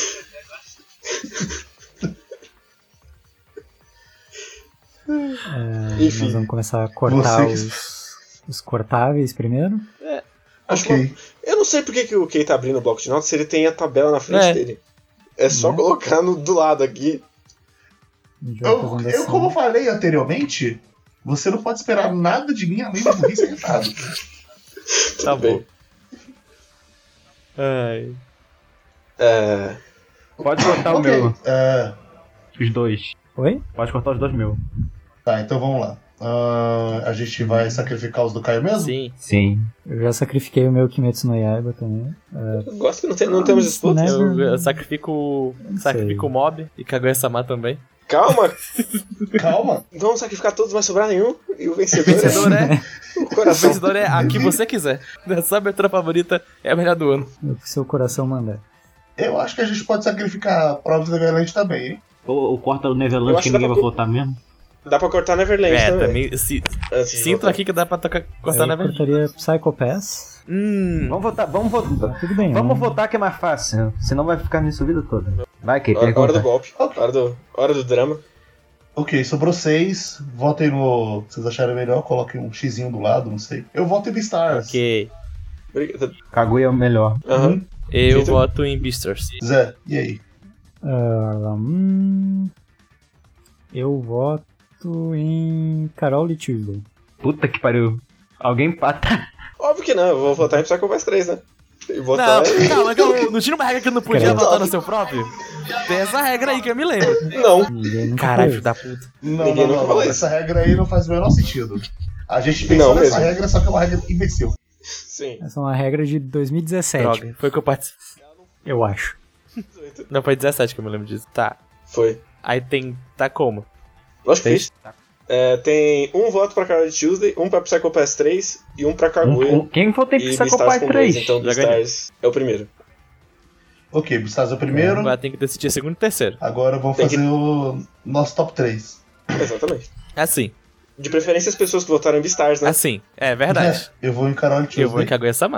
S5: É,
S2: Enfim.
S5: nós vamos começar a cortar
S1: Vocês-
S5: os, os cortáveis primeiro.
S2: Acho
S1: Ok.
S2: que- Eu não sei por que que o Kei tá abrindo o bloco de notas se ele tem a tabela na frente
S4: É.
S2: dele. É só
S5: Né?
S2: colocar no, do lado aqui.
S5: A gente vai
S1: Eu,
S5: fazendo
S1: eu,
S5: assim.
S1: como eu falei anteriormente, você não pode esperar nada de mim além da burrice irritada.
S4: Tá
S2: Tudo bem.
S4: bom. Ai.
S2: É...
S3: Pode cortar o
S1: Ok,
S3: meu.
S1: é,
S3: Os dois.
S5: Oi?
S3: Pode cortar os dois meus.
S1: tá, então vamos lá. Ah, a gente vai sacrificar os do Caio mesmo?
S4: Sim.
S3: Sim.
S5: Eu já sacrifiquei o meu Kimetsu no Yaiba também.
S2: Eu gosto que não, tem, não temos disputa.
S5: né?
S4: Eu, eu sacrifico, o-
S5: Não
S4: sacrifico
S5: sei.
S4: o Mob e Kaguya-sama também.
S2: Calma,
S1: Calma.
S2: vamos sacrificar todos, mas sobrar nenhum. E o
S4: O
S2: vencedor,
S4: vencedor é.
S2: é o
S4: O
S2: coração.
S4: vencedor é a que você quiser. A sua abertura favorita é a melhor do ano.
S5: O que seu coração mandar.
S1: Eu acho que a gente pode sacrificar a prova do Neverland também, hein?
S3: Ou, ou corta o
S2: Eu
S3: Neverland
S2: acho
S3: que
S2: que dá
S3: ninguém
S2: pra
S3: vai
S2: co-
S3: votar mesmo.
S2: Dá pra cortar Neverland
S4: É,
S2: também.
S4: também. Se,
S2: Antes de
S4: sinto
S2: voltar.
S4: aqui que dá pra tocar, cortar na
S5: Eu
S4: verdade.
S5: cortaria Psycho Pass.
S4: Hum.
S3: Vamos votar, vamos votar.
S5: Tudo bem.
S3: Vamos
S5: né?
S3: votar que é mais fácil. Senão vai ficar nisso a vida toda. Vai, que
S2: Hora,
S3: quer
S2: hora do
S3: cortar.
S2: golpe. Hora do, hora do drama.
S1: Ok, sobrou seis. Votem no que vocês acharem melhor. Coloquem um xizinho do lado, não sei. Eu voto em Beastars.
S4: Ok.
S2: Obrigado.
S3: Kaguya é o melhor.
S2: Aham.
S1: Uhum.
S4: Eu
S2: Vitor?
S4: voto em Beastars.
S1: Zé, e aí?
S5: Ah, hum, eu voto em Carol e Tuesday.
S3: Puta que pariu. Alguém empata.
S2: Óbvio que não, eu vou votar em Psycho Pass três, né? E votar
S4: Não,
S2: em...
S4: calma, calma. Não tinha uma regra que eu não podia
S5: Credo.
S4: votar no seu próprio? Tem essa regra aí que eu me lembro.
S2: Não.
S5: Ninguém nunca
S4: Caralho,
S5: fez.
S4: filho da puta.
S1: Não,
S2: Ninguém
S1: não,
S2: nunca
S1: não,
S2: falou
S1: não.
S2: isso.
S1: Essa regra aí não faz o menor sentido. A gente pensou
S2: Não
S1: nessa
S2: mesmo.
S1: regra, só que é uma regra imbecil.
S2: Sim.
S5: Essa é uma regra de dois mil e dezessete,
S4: Droga, foi que eu participei.
S5: eu acho.
S4: Não, foi dezessete que eu me lembro disso. Tá.
S2: Foi.
S4: Aí tem. Tá como?
S2: Lógico que
S4: Fez?
S2: fiz. É, tem um voto pra Carol Tuesday, um pra Psycho Pass três e um pra Kaguya.
S3: Um- um- Quem votou em
S2: e
S3: Psycho
S2: Beastars
S3: Pass
S2: com dois,
S3: três?
S2: então
S4: Já ganhei.
S2: Beastars é o primeiro.
S1: Ok, Beastars é o primeiro.
S4: Agora tem que decidir segundo e terceiro.
S1: Agora vamos
S2: Tem que-
S1: fazer o nosso top três.
S2: Exatamente.
S4: Assim,
S2: De preferência as pessoas que votaram em Beastars, né?
S4: assim. É verdade.
S1: É, eu vou em Carol e
S4: Eu vou em
S1: Tuesday.
S4: Kaguya-sama.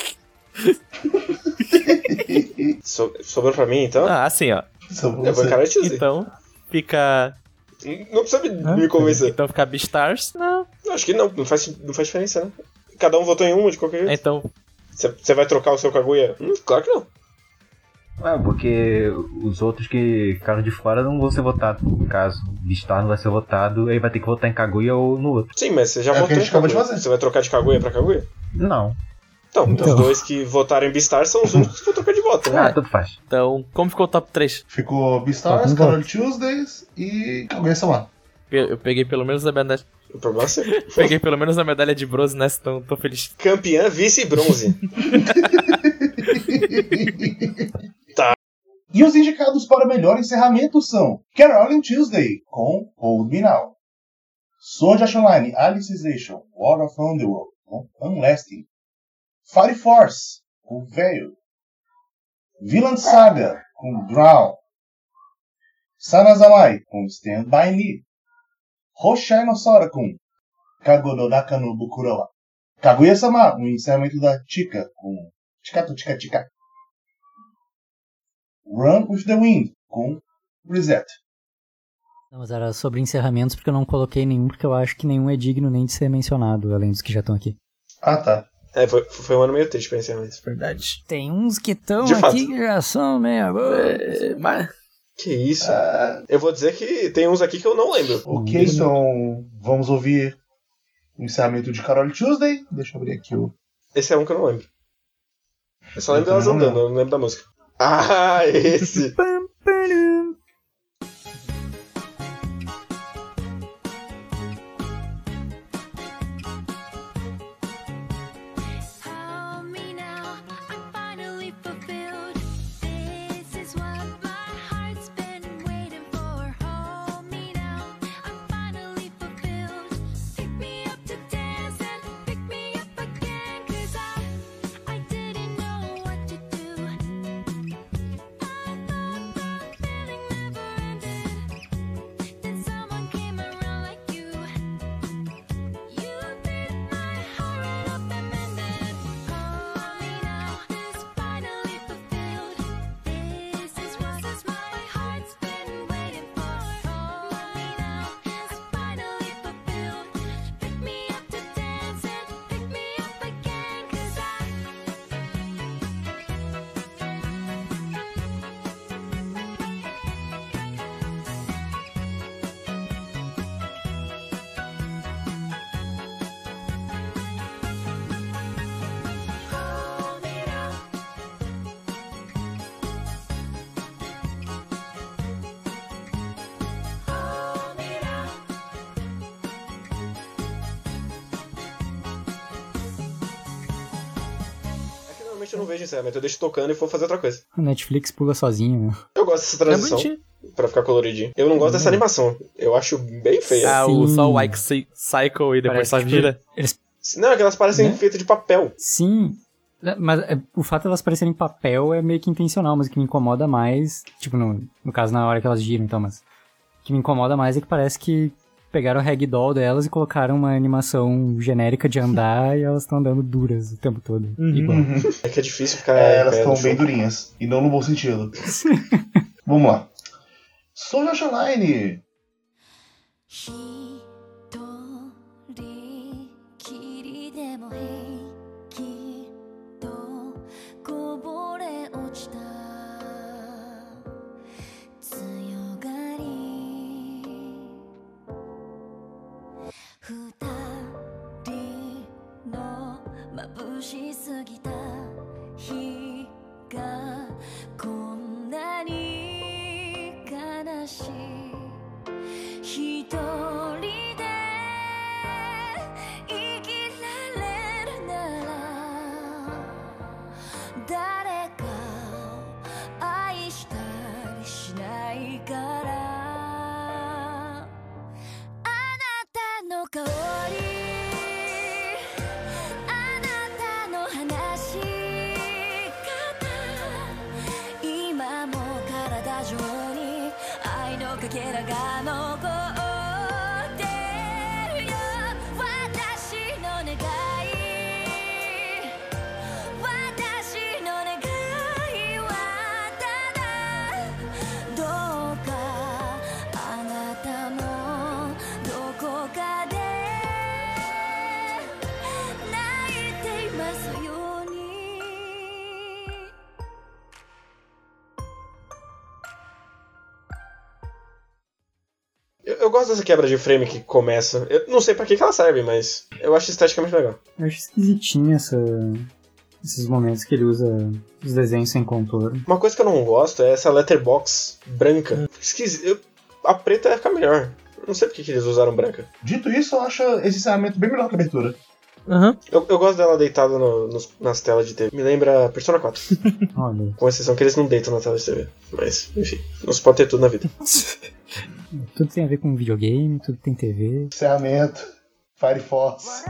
S2: So- sobrou pra mim, então?
S4: Ah, assim, ó.
S1: Só
S2: eu vou
S1: você.
S2: em Carol Tuesday.
S4: Então, fica.
S2: Não precisa me,
S5: Ah,
S2: me convencer.
S4: Então fica Beastars. Não.
S2: Eu acho que não, não faz, não faz diferença, né? Cada um votou em uma de qualquer jeito.
S4: Então.
S2: Você vai trocar o seu Kaguya? Hum, claro que não.
S3: É, porque os outros que ficaram de fora não vão ser votados. No caso, Beastar não vai ser votado, aí vai ter que votar em Kaguya ou no outro.
S2: Sim, mas você já
S1: É o que
S2: votou
S1: a
S2: em
S1: gente acabou de
S2: Kaguya.
S1: fazer.
S2: Você vai trocar de Kaguya pra Kaguya?
S3: Não.
S2: Então,
S5: Então.
S2: os dois que votaram em Beastars são os únicos que vão trocar de voto, né?
S3: Ah, tudo faz.
S4: Então, como ficou o top três?
S1: Ficou Beastars,
S5: Tá com
S1: Carol
S5: voto.
S1: Tuesdays e Kaguya-sama.
S4: Eu, eu peguei pelo menos a medalha.
S2: O problema é seu.
S4: Peguei pelo menos a medalha de bronze nessa, então tô feliz.
S2: Campeã, vice e bronze.
S1: E os indicados para o melhor encerramento são Carolyn Tuesday, com Hold Me Now. Sword Art Online Alicization, War of Underworld, com Unlasting. Fire Force, com Veil. Villain Saga, com Drown. Sanazamai, com Stand By Me. Hoshai no Sora, com Kagododaka no Bukurawa. Kaguya-sama, o encerramento da Chika, com Chikato Chika Chika. Run with the Wind, com Reset.
S5: Não, mas era sobre encerramentos porque eu não coloquei nenhum, porque eu acho que nenhum é digno nem de ser mencionado, além dos que já estão aqui.
S1: Ah, tá.
S2: É, foi, foi um ano meio triste pra encerramento.
S4: Verdade.
S5: Tem uns que estão
S2: De
S5: aqui
S2: fato.
S5: que já são meia boa.
S4: É, mas...
S2: Que isso?
S1: Ah,
S2: Eu vou dizer que tem uns aqui que eu não lembro.
S1: ok, então vamos ouvir o encerramento de Carol Tuesday. Deixa eu abrir aqui o...
S2: Esse é um que eu não lembro. Eu só lembro
S1: Eu
S2: delas
S1: também não
S2: andando, eu não lembro da música. Ah, esse!
S5: Pam, param.
S6: Hold me now, I'm finally fulfilled. This is what my heart's been waiting for. Hold me now, I'm finally fulfilled. Pick me up to dance and pick me up again, 'cause I, I didn't know what to do. I thought the feeling never ended. Then someone came around like you. You did my heart right up and mended. Hold me now, it's finally fulfilled. This is what is my heart's been waiting for. Hold me now, it's finally fulfilled. Pick me up to dance and pick me up again, 'cause I hold me now. Hold me now.
S2: É que normalmente eu não vejo encerramento, eu deixo tocando e vou fazer outra coisa.
S5: A Netflix pula sozinho, né?
S2: Eu gosto dessa
S4: É
S2: transição,
S4: bonitinho.
S2: pra ficar coloridinho. Eu não gosto dessa animação, eu acho bem feia.
S4: Ah, o,
S5: Sim.
S4: só o Ike Cy- Cycle e depois
S5: Parece
S4: só
S5: que,
S4: vira.
S5: Eles...
S2: Não, é que elas parecem
S5: Né?
S2: feitas de papel.
S5: Sim, mas é, o fato de elas parecerem papel é meio que intencional, mas o que me incomoda mais, tipo, no, no caso na hora que elas giram, então, mas o que me incomoda mais é que parece que pegaram o ragdoll delas e colocaram uma animação genérica de andar e elas estão andando duras o tempo todo. Igual.
S2: É que é difícil ficar.
S1: É,
S2: em
S1: elas
S2: pé
S1: estão
S2: no
S1: bem
S2: chão.
S1: durinhas. E não no bom sentido. Vamos lá. Sword Art Online.
S6: ひとりきりでも平気とこぼれ落ちた強がり二人の眩しすぎた日がこんなに悲しい一人で生きられるなら誰かを愛したりしないからあなたの香りあなたの話し方今も体中に愛のかけらが残ってるよ私の願い私の願いはただどうかあなたもどこかで泣いていますように
S2: Eu, eu gosto dessa quebra de frame que começa. Eu não sei pra que, que ela serve, mas eu acho esteticamente legal.
S5: Eu acho esquisitinha essa, esses momentos que ele usa os desenhos sem contorno.
S2: Uma coisa que eu não gosto é essa letterbox branca. Esquisito. Eu- A preta ia ficar melhor. Não sei por que que eles usaram branca.
S1: Dito isso, eu acho esse encerramento bem melhor que a abertura.
S4: Aham.
S2: Eu, eu gosto dela deitada no- nos- nas telas de T V. Me lembra Persona quatro.
S5: Olha,
S2: Com exceção que eles não deitam na tela de T V. Mas, enfim. Não se pode ter tudo na vida.
S5: tudo tem a ver com videogame, tudo tem T V.
S1: Encerramento. Fire Force.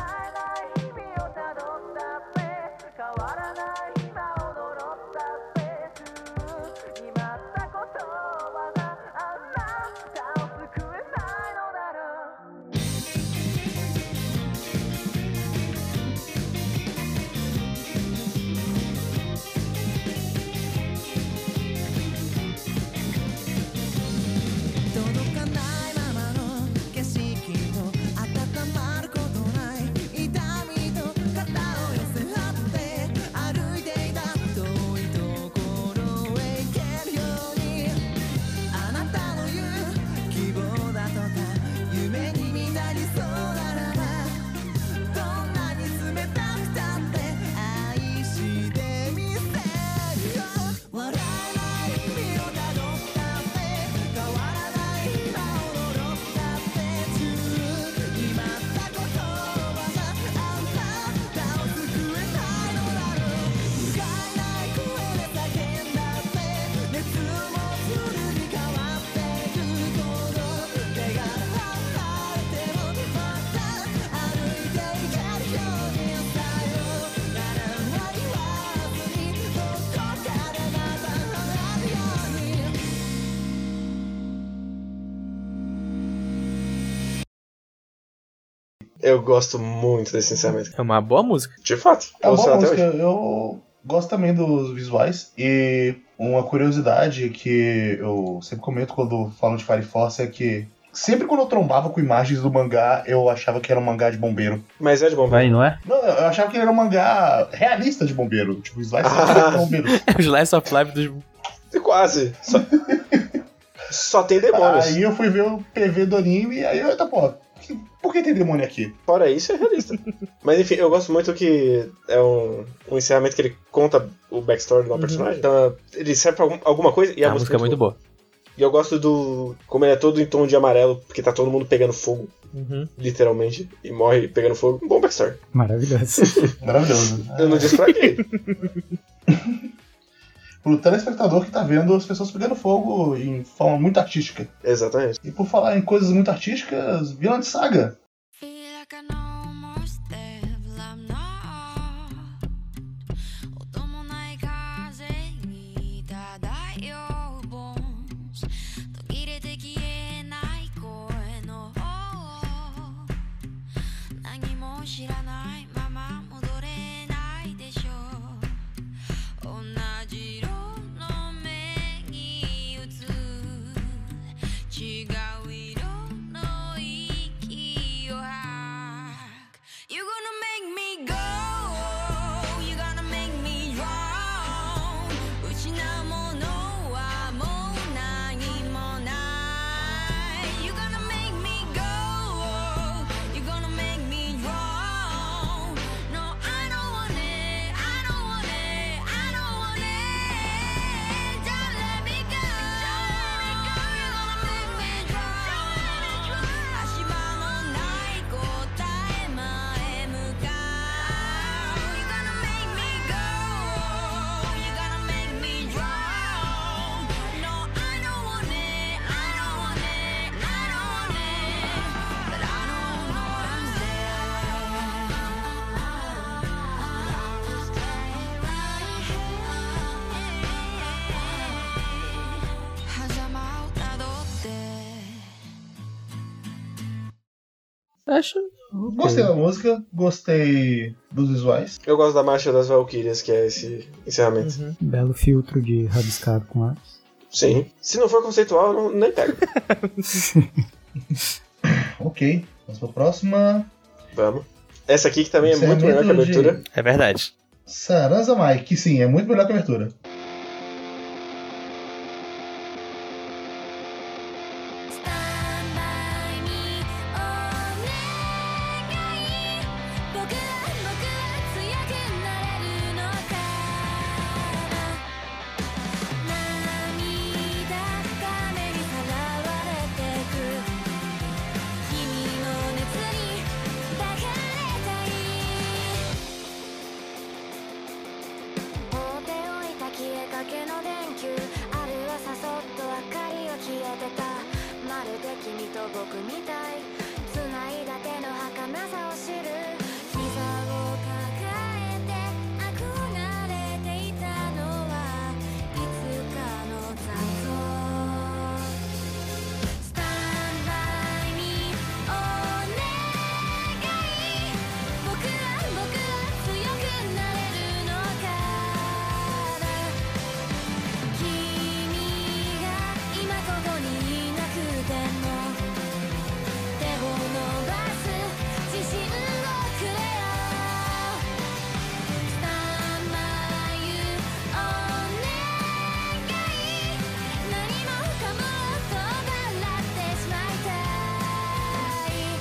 S2: Eu gosto muito desse encerramento.
S4: É uma boa música.
S2: De fato.
S1: É uma
S2: Ouço
S1: boa
S2: ela até
S1: música.
S2: hoje.
S1: Eu gosto também dos visuais. E uma curiosidade que eu sempre comento quando falo de Fire Force é que sempre quando eu trombava com imagens do mangá, eu achava que era um mangá de bombeiro.
S2: Mas é de bom.
S3: Vai, não é?
S1: Não, eu achava que ele era um mangá realista de bombeiro. Tipo, Slice
S2: Ah.
S1: de bombeiro.
S4: É o Slice of Life dos...
S2: Quase. Só, Só tem demônios.
S1: Aí eu fui ver o P V do anime e aí eu, tá, pô, que- por que tem demônio aqui?
S2: Fora isso, é realista. Mas enfim, eu gosto muito que é um, um encerramento que ele conta o backstory do personagem. Então ele serve pra algum- alguma coisa e a,
S4: A música é muito boa.
S2: E eu gosto do... Como ele é todo em tom de amarelo, porque tá todo mundo pegando fogo,
S4: Uhum.
S2: literalmente, e morre pegando fogo. Um bom backstory.
S5: Maravilhoso.
S1: Maravilhoso.
S2: Eu não disse pra quê.
S1: Pro telespectador que tá vendo as pessoas pegando fogo em forma muito artística.
S2: Exatamente.
S1: E por falar em coisas muito artísticas, Vinland Saga.
S6: Feel like I know most of I'm not 音もない風に漂う bones 途切れて消えない声の何も知らないまま戻れないでしょう同じ色の目に映る違う色の息を吐く You're gonna make me go You're gonna make me drown 失うものはもう何もない You're gonna make me go You're gonna make me drown No, I don't want it I don't want it I don't want it Don't let me go You're gonna make me drown 足場のない答え前向かう You're gonna make me go You're gonna make me drown No, I don't want it I don't want it I don't want it But I don't know what I'm saying I'll stay right here 狭間をたどって
S4: Acho.
S1: Gostei da música, gostei dos visuais.
S2: Eu gosto da Marcha das Valkyrias, que é esse encerramento.
S5: Belo filtro de rabiscado com ar.
S2: Sim. Se não for conceitual, eu não, nem pego.
S1: Ok, vamos pra próxima.
S2: Vamos. Essa aqui que também é muito melhor que a
S1: Encerramento de-
S2: abertura.
S4: É verdade.
S1: Saranza Mai, que sim, é muito melhor que a abertura.
S6: Stand by me お願い僕は僕は強くなれるのと僕みたい繋いだ手の儚さを知る膝を抱えて憧れていたのはいつかの残像スタンバイにお願い僕は僕は強くなれるのかな君が今ここにいなくても手を伸ばす自信をくれよスタンバイお願い何もかもと笑ってしまいたい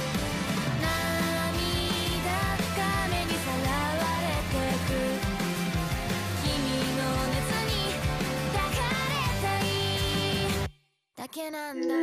S6: 涙が目にさらわれてく君の熱に抱かれたいだけなんだ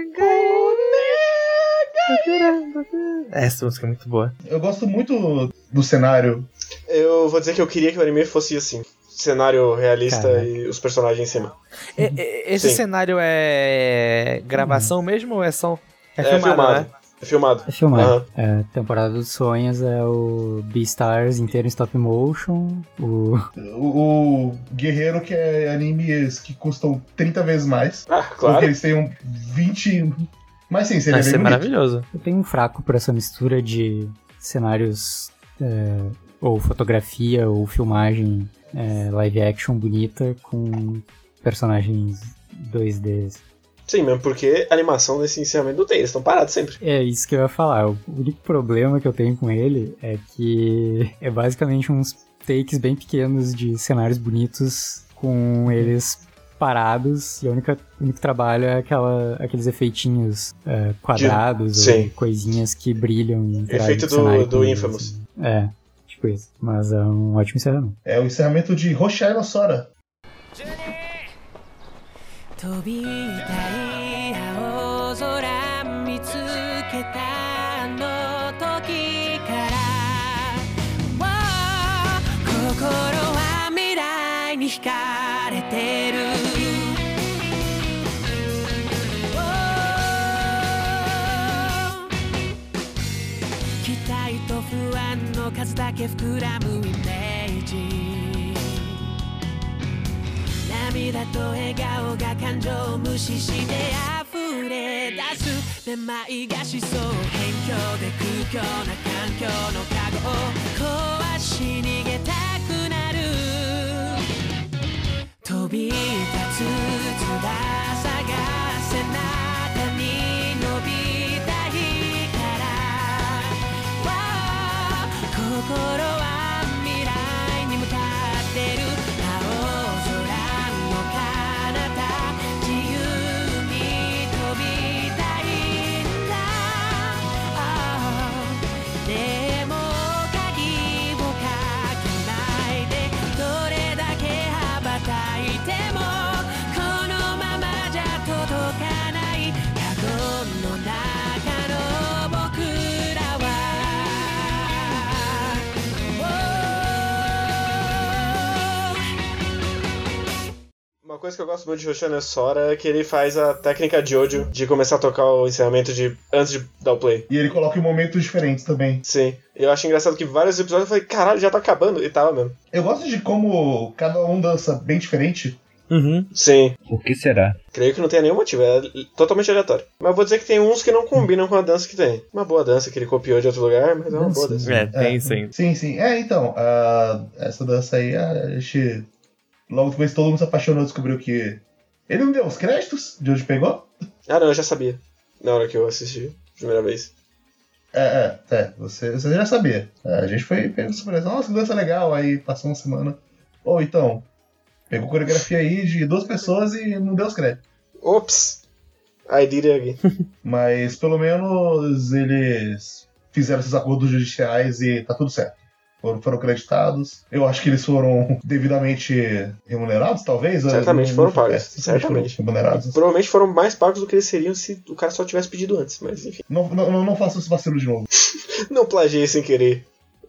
S2: Essa música é muito boa.
S1: Eu gosto muito do cenário.
S2: Eu vou dizer que eu queria que o anime fosse assim. Cenário realista
S5: Caraca.
S2: e os personagens em cima.
S9: E- e- Esse
S2: Sim.
S9: cenário é gravação mesmo ou é só... É
S2: É
S9: filmado,
S2: filmado.
S9: né?
S2: É filmado.
S5: É filmado.
S2: Aham.
S5: É, Temporada dos Sonhos é o Beastars inteiro em stop motion. O...
S1: O, o Guerreiro, que é animes que custam trinta vezes mais.
S2: Ah,
S1: Porque
S2: claro.
S1: eles têm um vinte. Mas sim, seria
S9: Vai
S1: bem
S9: ser
S1: bonito.
S9: maravilhoso.
S5: Eu tenho um fraco por essa mistura de cenários é, ou fotografia ou filmagem é, live action bonita com personagens dois D.
S2: Sim, mesmo porque a animação desse encerramento não tem, eles estão parados sempre.
S5: É isso que eu ia falar. O único problema que eu tenho com ele é que é basicamente uns takes bem pequenos de cenários bonitos com eles parados e a única, o único trabalho é aquela, aqueles efeitinhos é, quadrados
S2: De-
S5: ou
S2: sim.
S5: coisinhas que brilham e interagem
S2: Efeito
S5: com o cenário
S2: do, do
S5: com eles,
S2: Infamous.
S5: assim. É, tipo isso. Mas é um ótimo encerramento.
S1: É o encerramento de Roshai no Sora.
S8: 飛びたい青空見つけたあの時からわあ心は未来に惹かれてる期待と不安の数だけ膨らむイメージ涙と笑顔が感情を無視して溢れ出すめまいがしそう辺境で空虚な環境のカゴを壊し逃げたくなる飛び立つ翼が背中に伸びたいからわあ心は未来に向かってる
S2: Uma coisa que eu gosto muito de Roshai no Sora é que ele faz a técnica Jojo de começar a tocar o encerramento de, antes de dar o play.
S1: E ele coloca em momentos diferentes também.
S2: Sim. Eu acho engraçado que vários episódios eu falei, caralho, já tá acabando. E tava mesmo.
S1: Eu gosto de como cada um dança bem diferente.
S9: Uhum.
S2: Sim.
S3: Por que será?
S2: Creio que não tem nenhum motivo, é totalmente aleatório. Mas eu vou dizer que tem uns que não combinam com a dança que tem. Uma boa dança que ele copiou de outro lugar, mas é uma boa dança.
S9: É, tem
S1: É.
S9: sim.
S1: Sim, sim. É, então, ah, essa dança aí, a gente... Logo depois todo mundo se apaixonou e descobriu que... Ele não deu os créditos de onde pegou?
S2: Ah, não, eu já sabia. Na hora que eu assisti, primeira vez.
S1: É, é, é. Você, você já sabia. É, a gente foi pegando surpresa. Nossa, que dança legal. Aí passou uma semana. Ou então, pegou coreografia aí de duas pessoas e não deu os créditos.
S2: Ops! I did it again.
S1: Mas pelo menos eles fizeram esses acordos judiciais e tá tudo certo. Foram, foram creditados. Eu acho que eles foram devidamente remunerados, talvez.
S2: Certamente
S1: Não-
S2: foram
S1: não-
S2: pagos.
S1: é,
S2: Certamente.
S1: foram remunerados.
S2: Provavelmente foram mais pagos do que eles seriam se o cara só tivesse pedido antes, mas enfim.
S1: Não, não, não faça esse vacilo de novo.
S2: Não plagiei sem querer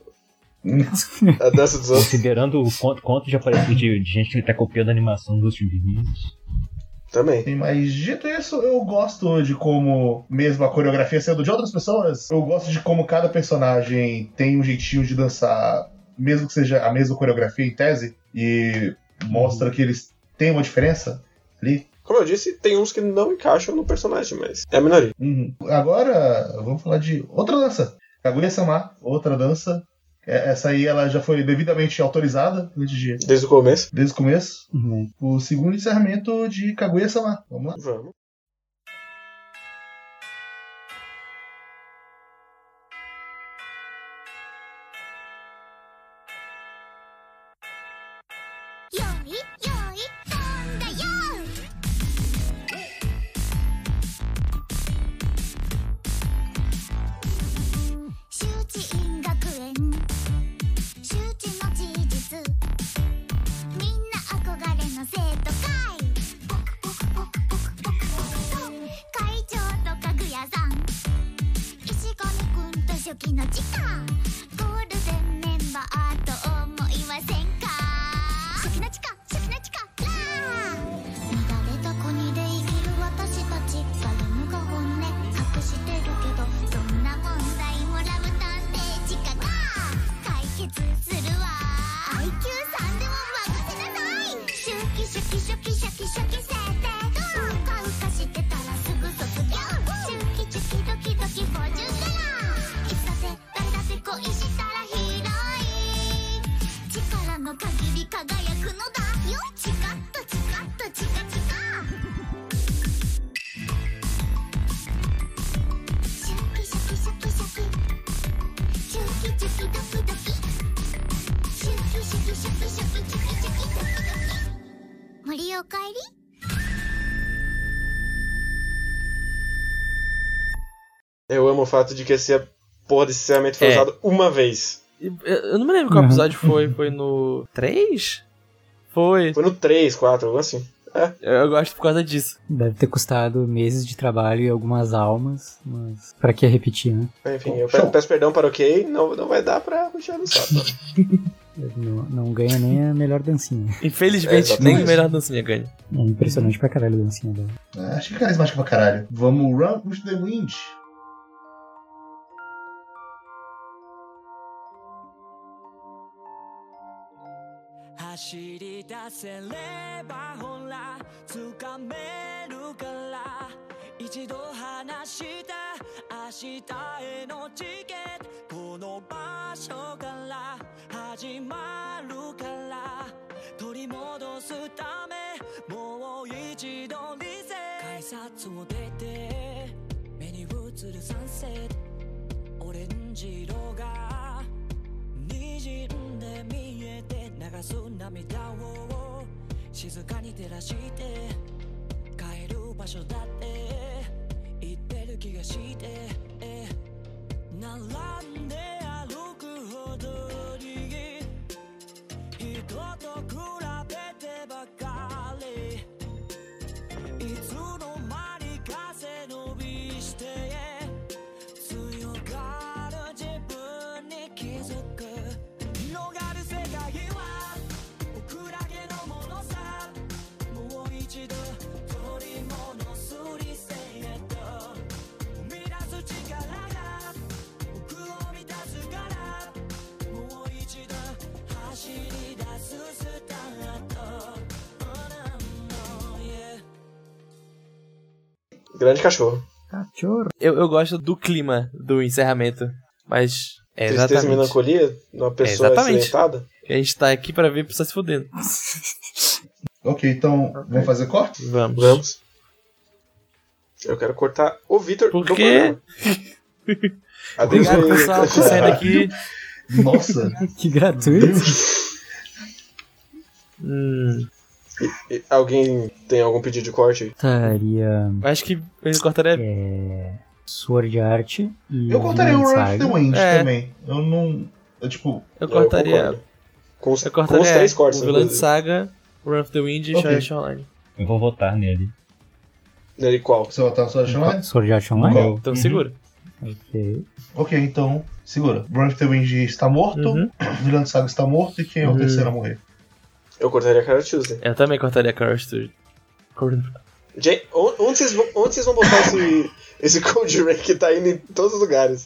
S2: a dança dos outros.
S3: Considerando o quanto, quanto já apareceu de, de gente que tá copiando a animação dos últimos vídeos.
S2: Também.
S1: Sim, mas dito isso, eu gosto de como, mesmo a coreografia sendo de outras pessoas, eu gosto de como cada personagem tem um jeitinho de dançar, mesmo que seja a mesma coreografia em tese, e mostra que eles têm uma diferença ali.
S2: Como eu disse, tem uns que não encaixam no personagem, mas é a minoria.
S1: Uhum. Agora, vamos falar de outra dança. Kaguya-sama, outra dança. Essa aí ela já foi devidamente autorizada antes de...
S2: Desde o começo?
S1: Desde o começo.
S5: Uhum.
S1: O segundo encerramento de Kaguya-sama. Vamos lá.
S2: Vamos. Eu amo o fato de que esse porra desse encerramento foi
S9: É.
S2: usado uma vez.
S9: Eu, eu não me lembro qual episódio foi. Foi no três? Foi.
S2: Foi no três, quatro, algo assim. É.
S9: Eu gosto por causa disso.
S5: Deve ter custado meses de trabalho e algumas almas, mas pra que repetir, né?
S2: Enfim, eu peço, peço perdão para o Kay, não, não vai dar pra puxar no saco.
S5: Não, não ganha nem a melhor dancinha.
S9: Infelizmente,
S2: É,
S9: nem a melhor dancinha ganha.
S5: É impressionante pra caralho a dancinha dela.
S1: É, acho que é carismático pra caralho. Vamos Run with the Wind.
S2: Grande cachorro.
S5: Cachorro.
S9: Eu, eu gosto do clima do encerramento, mas é
S2: Tristeza e
S9: exatamente.
S2: melancolia numa pessoa
S9: É, exatamente.
S2: acidentada.
S9: A gente tá aqui pra ver pessoas se fudendo.
S1: Ok, então vamos fazer corte?
S9: Vamos.
S2: Vamos. Eu quero cortar o Vitor do
S9: Por quê?
S2: programa.
S9: Obrigado, pessoal, por sair daqui.
S1: Nossa.
S5: Que gratuito.
S9: Hum,
S2: E- e alguém tem algum pedido de corte?
S5: Cortaria
S9: acho que eu cortaria.
S5: é, Sword Art e
S1: Eu cortaria o
S5: Vinland
S1: Run with the
S5: Saga.
S1: Wind
S9: É.
S1: também. Eu não... Eu, tipo...
S9: Eu cortaria.
S2: concordo. Com os,
S9: Eu
S2: com
S9: cortaria
S2: os três cortes,
S9: o Vinland
S2: inclusive.
S9: Saga, Run of the Wind e
S1: Ok.
S9: Sword Art Online.
S3: Eu vou votar nele.
S2: Nele qual?
S1: Você vai botar só a
S5: Sword Art Online?
S1: Qual?
S9: Então
S3: Uhum.
S9: segura.
S5: Ok.
S1: Ok, então, segura. Run with the Wind está morto,
S9: Uhum.
S1: Vinland Saga está morto, e quem é o
S9: Uhum.
S1: terceiro a morrer?
S2: Eu cortaria a cara Tuesday.
S9: Eu também cortaria Carol Studio. Cor-
S2: Gente, onde vocês vão, onde vocês vão botar esse, esse Cold Rain que tá indo em todos os lugares?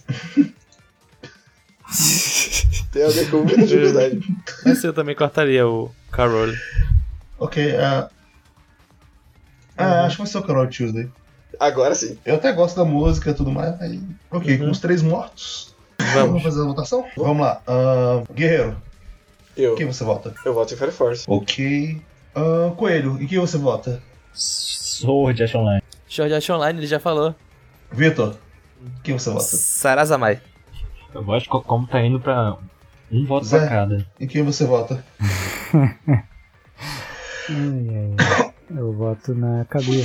S2: Tem alguém com muita dificuldade.
S9: Mas eu também cortaria o Carol.
S1: Ok, uh... ah, acho que vai ser o Carol Tuesday.
S2: Agora sim.
S1: Eu até gosto da música e tudo mais, mas... Ok,
S9: Uhum.
S1: com os três mortos.
S9: Vamos.
S1: Vamos fazer a votação? Vamos lá. Uh, Guerreiro,
S2: Eu.
S1: quem você vota?
S2: Eu voto em Fire Force.
S1: Ok. Uh, Coelho, em quem você vota?
S3: Sword Art Online.
S9: Sword Art Online, ele já falou.
S1: Vitor, quem você vota?
S9: Sarazamai.
S3: Eu gosto co- como tá indo pra um voto
S1: Zé.
S3: pra cada.
S1: Em quem você vota?
S5: Ai, ai, ai. Eu voto na Kaguya.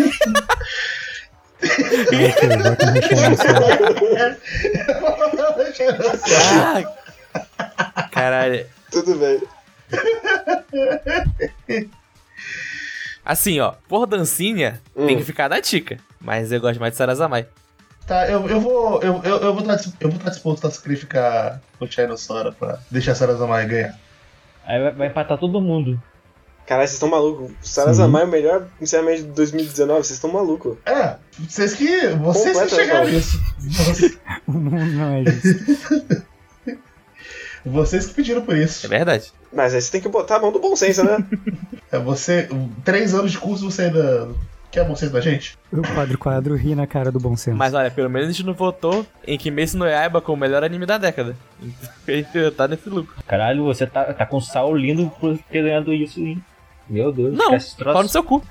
S5: É que eu voto no Shinosuke.
S9: Ah! Caralho.
S2: Tudo bem.
S9: Assim, ó, por dancinha,
S2: Hum.
S9: tem que ficar da Tika. Mas eu gosto mais de Sarazamai.
S1: Tá, eu, eu vou. Eu, eu, eu vou estar eu vou estar disposto a sacrificar o China Sora pra deixar a Sarazamai ganhar.
S3: Aí vai, vai empatar todo mundo.
S2: Caralho, vocês estão malucos. Sarazamai é o melhor encerramento de dois mil e dezenove, vocês estão malucos.
S1: É, vocês que. Vocês que
S2: Completamente
S1: chegaram
S2: maluco.
S1: nisso. Vocês,
S5: O mundo não é justo.
S1: vocês que pediram por isso.
S9: É verdade.
S2: Mas aí você tem que botar a mão do bom senso, né?
S1: É você. Três anos de curso você ainda quer bom senso da gente?
S5: O quadro quadro ri na cara do bom senso.
S9: Mas olha, pelo menos a gente não votou em Kimetsu no Yaiba como o melhor anime da década. Então ele tá nesse lucro.
S3: Caralho, você tá, tá com sal lindo por ter ganhado isso, hein? Meu Deus,
S9: Não,
S3: esquece esse troço.
S9: pau no seu cu.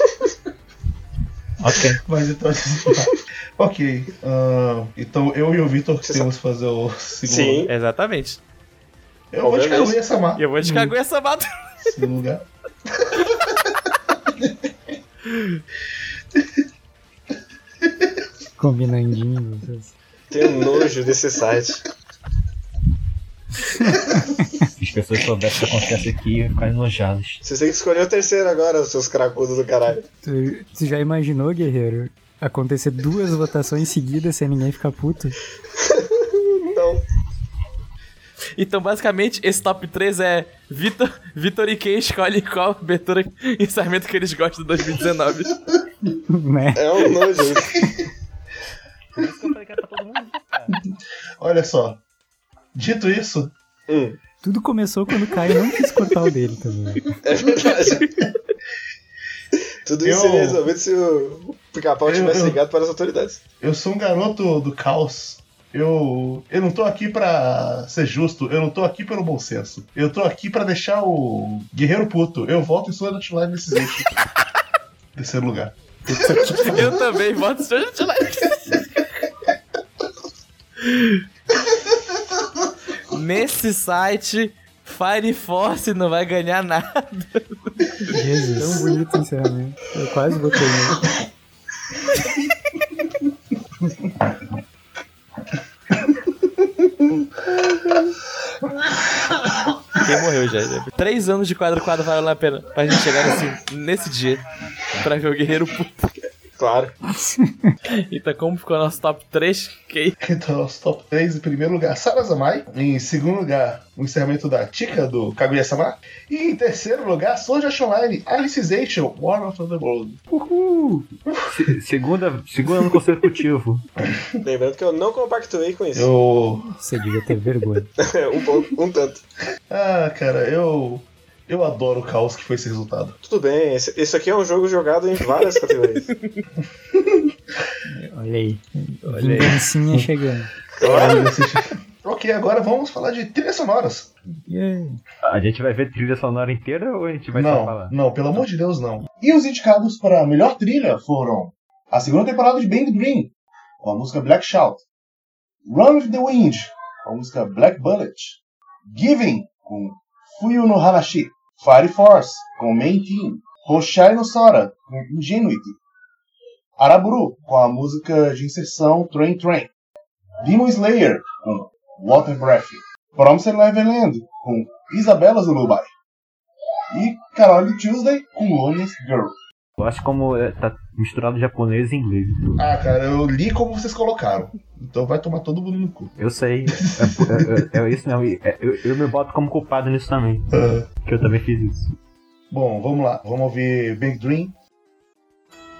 S3: Ok.
S1: Mas então. Ok. ah, então eu e o Vitor
S2: Você
S1: temos que fazer o segundo.
S2: Sim.
S9: Exatamente.
S1: Eu vou de
S2: Obviamente.
S1: Kaguya Sama.
S9: E eu vou de Kaguya Sama.
S1: Segundo lugar.
S5: Combinandinho. vocês.
S2: Tenho nojo desse site.
S3: Se as pessoas soubessem o que acontece aqui, iam ficar enojadas.
S2: Vocês têm que escolher o terceiro agora, seus cracudos do caralho.
S5: Tu, tu já imaginou, guerreiro? Acontecer duas votações seguidas sem ninguém ficar puto?
S2: Não.
S9: Então, basicamente, esse top três é Vitor, Vitor e Kei escolhe qual abertura e encerramento que eles gostam de dois mil e dezenove.
S5: Né?
S2: É um nojo.
S3: Por isso que eu falei que era pra todo mundo votar.
S1: Olha só. Dito isso,
S2: Hum,
S5: Tudo começou quando o Caio não quis cortar o dele também.
S2: é verdade. Tudo isso
S1: Eu-
S2: seria resolvido se o Pica-Pau
S1: Eu-
S2: tivesse
S1: eu-
S2: ligado para as autoridades.
S1: eu sou um garoto do caos. Eu, eu não tô aqui pra ser justo, eu não tô aqui pelo bom senso. Eu tô aqui pra deixar o guerreiro puto. Eu volto em Sword Art Online nesse eixo. Terceiro lugar.
S9: Eu também voto Sword Art Online. Nesse site, Fire Force não vai ganhar nada.
S5: Jesus. Tão bonito o encerramento. Eu quase botei nele.
S9: Quem morreu já? Três anos de quadro quadro valeu a pena pra gente chegar nesse, nesse dia. Pra ver o guerreiro puto.
S2: Claro.
S9: Então, como ficou nosso top três? Kei.
S1: Então, nosso top três, em primeiro lugar, Sarazamai. Em segundo lugar, o encerramento da Tika, do Kaguya-sama. E em terceiro lugar, Sword Art Online, Alicization, War of the World. Uhul!
S3: Se- Segunda, segundo ano consecutivo.
S2: Lembrando que eu não compactuei com isso.
S1: Eu...
S5: Você devia ter vergonha.
S2: um, pouco, um tanto.
S1: Ah, cara, eu... Eu adoro o caos que foi esse resultado.
S2: Tudo bem, esse, esse aqui é um jogo jogado em várias categorias.
S5: Olha aí.
S9: Olha aí.
S5: Vingancinha chegando.
S1: Ok, agora vamos falar de trilhas sonoras.
S5: Yeah.
S3: A gente vai ver trilha sonora inteira ou a gente vai só
S1: Não,
S3: falar?
S1: não, pelo amor de Deus, não. E os indicados para a melhor trilha foram a segunda temporada de Bang Dream, com a música Black Shout, Run with the Wind, com a música Black Bullet, Giving, com Fuyu no Hanashi, Fire Force, com Main Team, Hoshai no Sora, com Ingenuity, Araburu, com a música de inserção Train Train, Demon Slayer, com Water Breath, Promised Neverland, com Isabella's Lullaby, e Carol Tuesday, com Loneliest Girl.
S3: Eu acho como é, tá misturado japonês e inglês.
S1: Ah, cara, eu li como vocês colocaram. Então vai tomar todo mundo no cu.
S3: Eu sei. É, é, é, é isso mesmo. É, eu, eu me boto como culpado nisso também.
S1: Ah,
S3: Que eu também fiz isso.
S1: bom, vamos lá. Vamos ouvir Big Dream.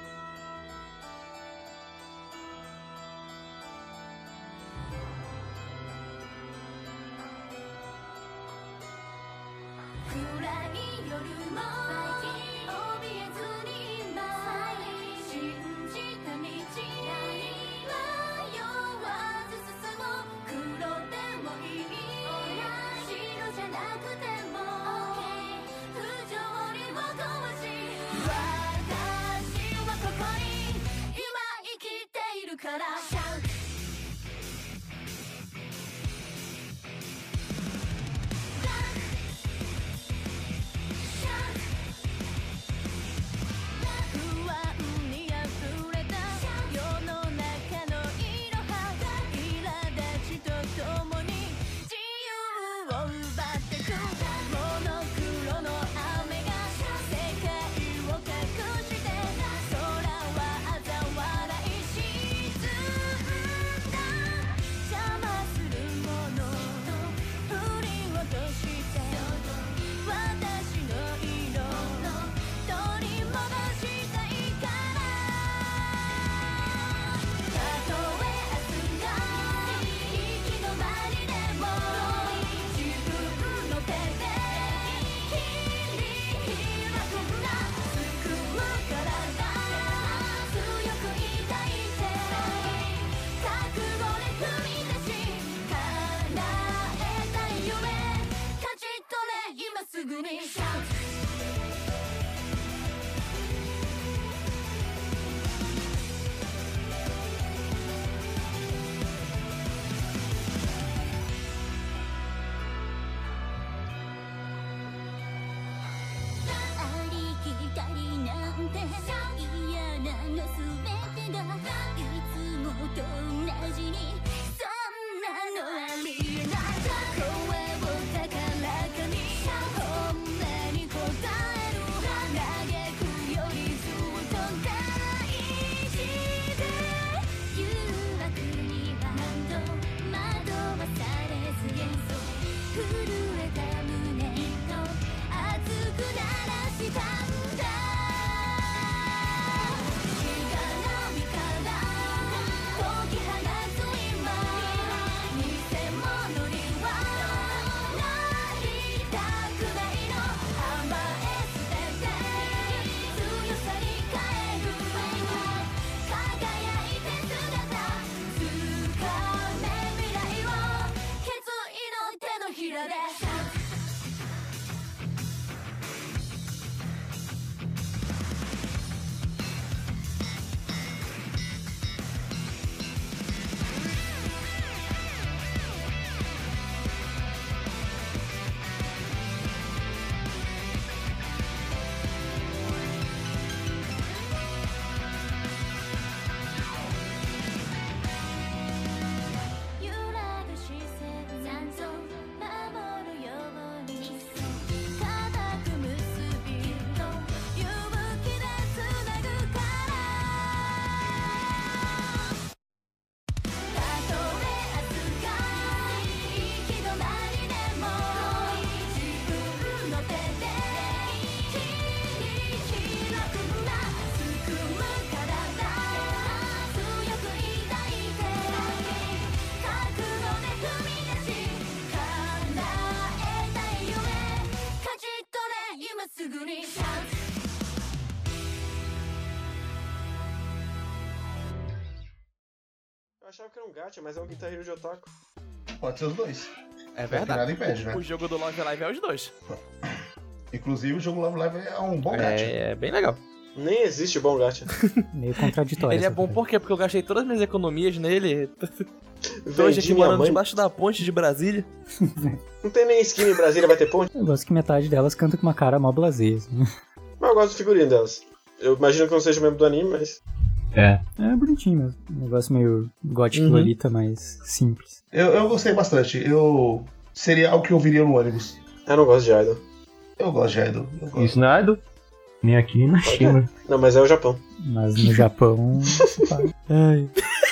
S2: Eu achava que era um gacha, mas é um Guitar Hero de otaku.
S1: Pode ser os dois.
S9: É
S1: Nada
S9: verdade.
S1: impede, né?
S9: O jogo do Love Live é os dois.
S1: Inclusive, o jogo Love Live é um bom gacha.
S9: É, é bem legal.
S2: Nem existe bom gacha.
S5: Meio contraditório.
S9: Ele é
S5: essa
S9: bom
S5: frase.
S9: por quê? Porque eu gastei todas as minhas economias nele. Tô
S2: Vendi
S9: aqui
S2: minha
S9: morando
S2: mãe.
S9: debaixo da ponte de Brasília.
S2: Não tem nem skin em Brasília, vai ter ponte.
S5: Eu gosto que metade delas canta com uma cara mó blasé. Assim.
S2: Mas eu gosto do figurino delas. Eu imagino que não seja o mesmo do anime, mas...
S3: É.
S5: É bonitinho mesmo. Um negócio meio Gothic
S9: Uhum.
S5: Lolita, mais simples.
S1: Eu, eu gostei bastante. Eu... Seria algo que eu viria no ônibus.
S2: Eu não gosto de idol.
S1: Eu gosto de Idol. Eu gosto.
S3: Isso não é do... Nem aqui, nem na China.
S2: Não, mas é o Japão.
S5: Mas no Japão. pá. Ai.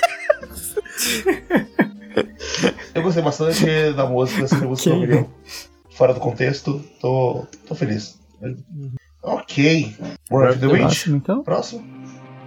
S1: Eu gostei bastante da música, assim, música
S5: Ok.
S1: opinião. Fora do contexto, tô, tô feliz. Ok. World of the Witch.
S5: Próximo, então.
S1: Próximo.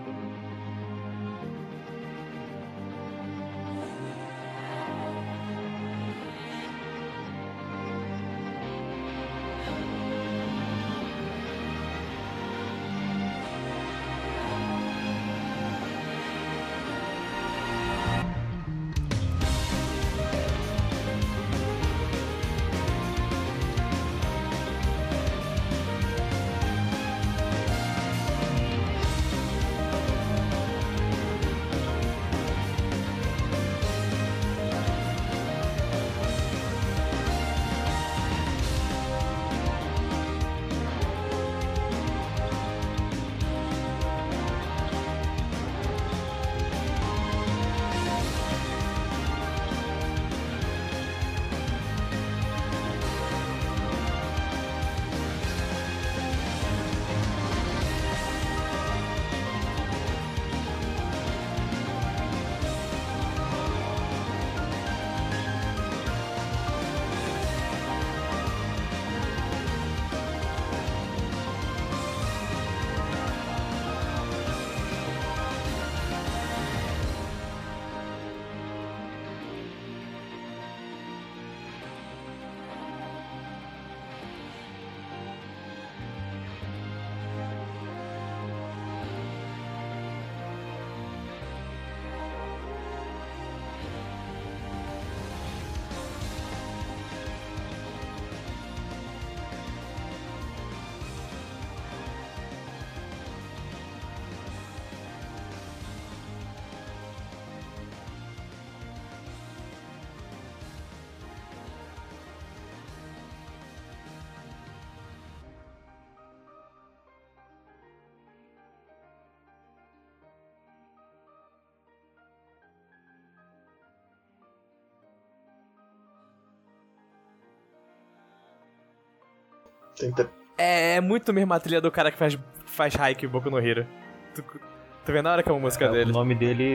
S2: Tem que ter...
S9: É, é muito mesmo a trilha do cara que faz, faz Haikyuu Boku no Hero. Tu, tu vê na hora que é uma música
S3: É,
S9: dele.
S3: o nome dele...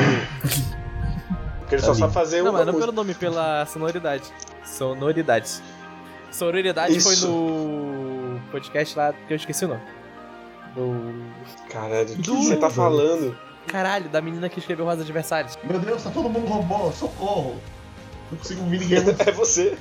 S2: Porque ele só
S3: Ali.
S2: sabe fazer
S9: Não,
S2: uma
S9: mas não
S2: música.
S9: pelo nome, pela sonoridade. Sonoridades. Sonoridade
S2: Isso.
S9: foi no podcast lá que eu esqueci o nome. Do.
S2: Caralho, o que
S9: Do-
S2: você tá falando?
S9: Caralho, da menina que escreveu Rosa de Versalhes.
S1: Meu Deus, tá todo mundo robô, socorro. Não consigo ouvir ninguém.
S2: É você.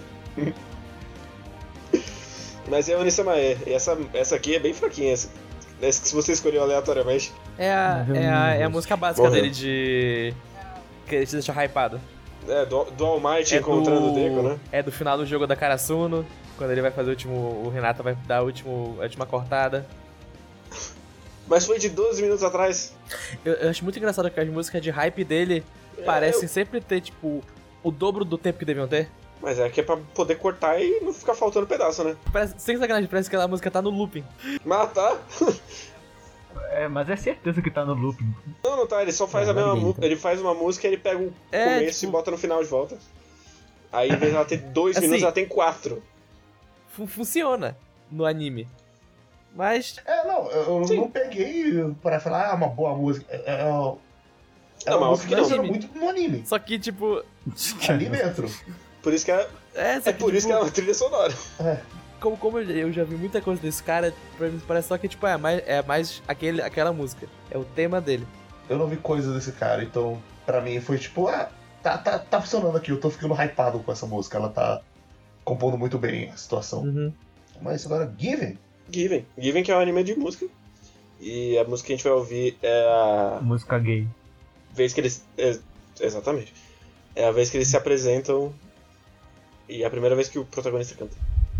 S2: Mas é a Onisama é. E essa, essa aqui é bem fraquinha. Essa, essa que se você escolheu aleatoriamente.
S9: É a,
S5: Morreu
S9: é a,
S5: no
S9: é a música básica
S2: Morreu.
S9: dele de. Que ele te deixa hypado.
S2: É, do, do All Might
S9: É
S2: encontrando
S9: do,
S2: o Deco, né?
S9: É do final do jogo da Karasuno. Quando ele vai fazer o último. O Renata vai dar a, último, a última cortada.
S2: Mas foi de doze minutos atrás.
S9: Eu, eu acho muito engraçado que as músicas de hype dele parecem sempre ter, tipo, o dobro do tempo que deviam ter.
S2: Mas é que é pra poder cortar e não ficar faltando pedaço, né?
S9: Parece, sem sacanagem, parece que aquela música tá no looping.
S2: Mas tá.
S3: É, mas é certeza que tá no looping.
S2: Não, não tá. Ele só faz
S5: É,
S2: a mesma
S5: vai
S2: música.
S5: dentro.
S2: Ele faz uma música e ele pega o
S9: É,
S2: começo
S9: tipo-
S2: e bota no final de volta. Aí, em vez de ela ter dois
S9: Assim,
S2: minutos, ela tem quatro.
S9: Fu- funciona no anime. Mas.
S1: É, não, eu
S2: Sim.
S1: não peguei pra falar, ah, uma boa música. É, é, é uma
S2: Não, mas
S1: música que
S2: óbvio que
S1: funciona
S9: não.
S1: muito no anime.
S9: Só que, tipo.
S1: Ali dentro.
S2: Por isso que é,
S9: É, só
S2: é
S9: que,
S2: por isso que
S9: tipo,
S2: é uma trilha sonora.
S1: É.
S9: como, como eu eu já vi muita coisa desse cara, pra mim parece só que, tipo, é mais, é mais aquele, aquela música. É o tema dele.
S1: Eu não vi coisa desse cara, então pra mim foi tipo, ah, tá, tá, tá funcionando aqui, eu tô ficando hypado com essa música, ela tá compondo muito bem a situação.
S9: Uhum.
S1: Mas agora, Given,
S2: Given. Given que é um anime de música. E a música que a gente vai ouvir é a
S3: Música gay.
S2: vez que eles... É, exatamente. É a vez que eles se apresentam e é a primeira vez que o protagonista canta.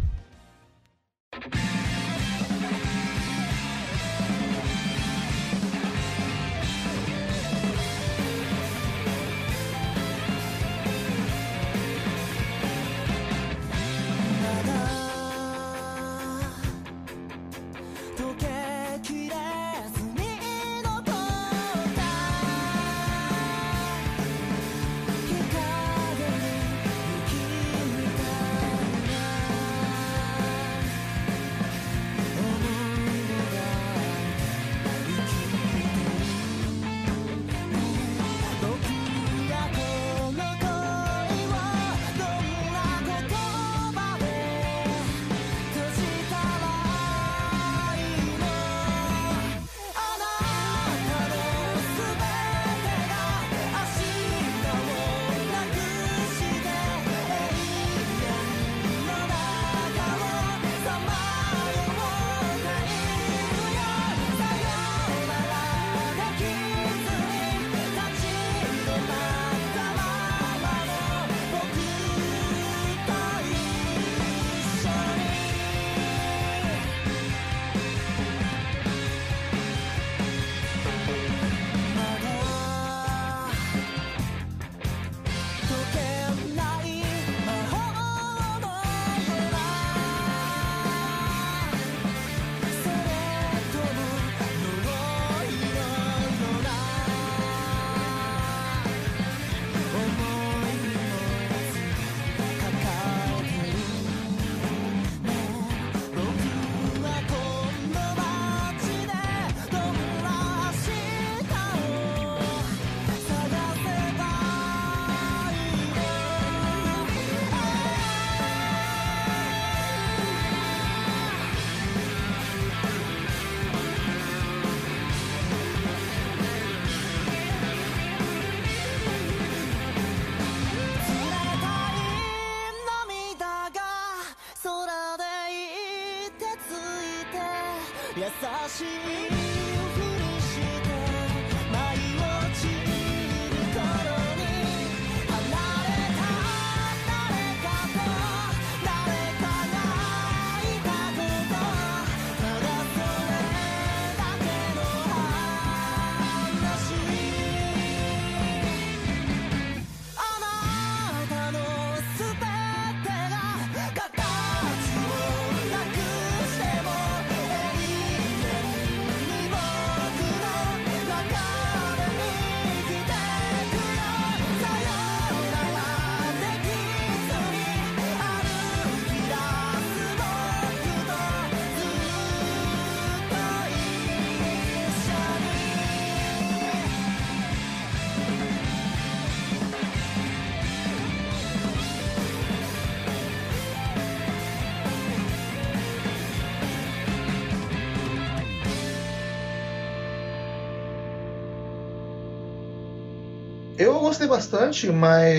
S1: Eu gostei bastante,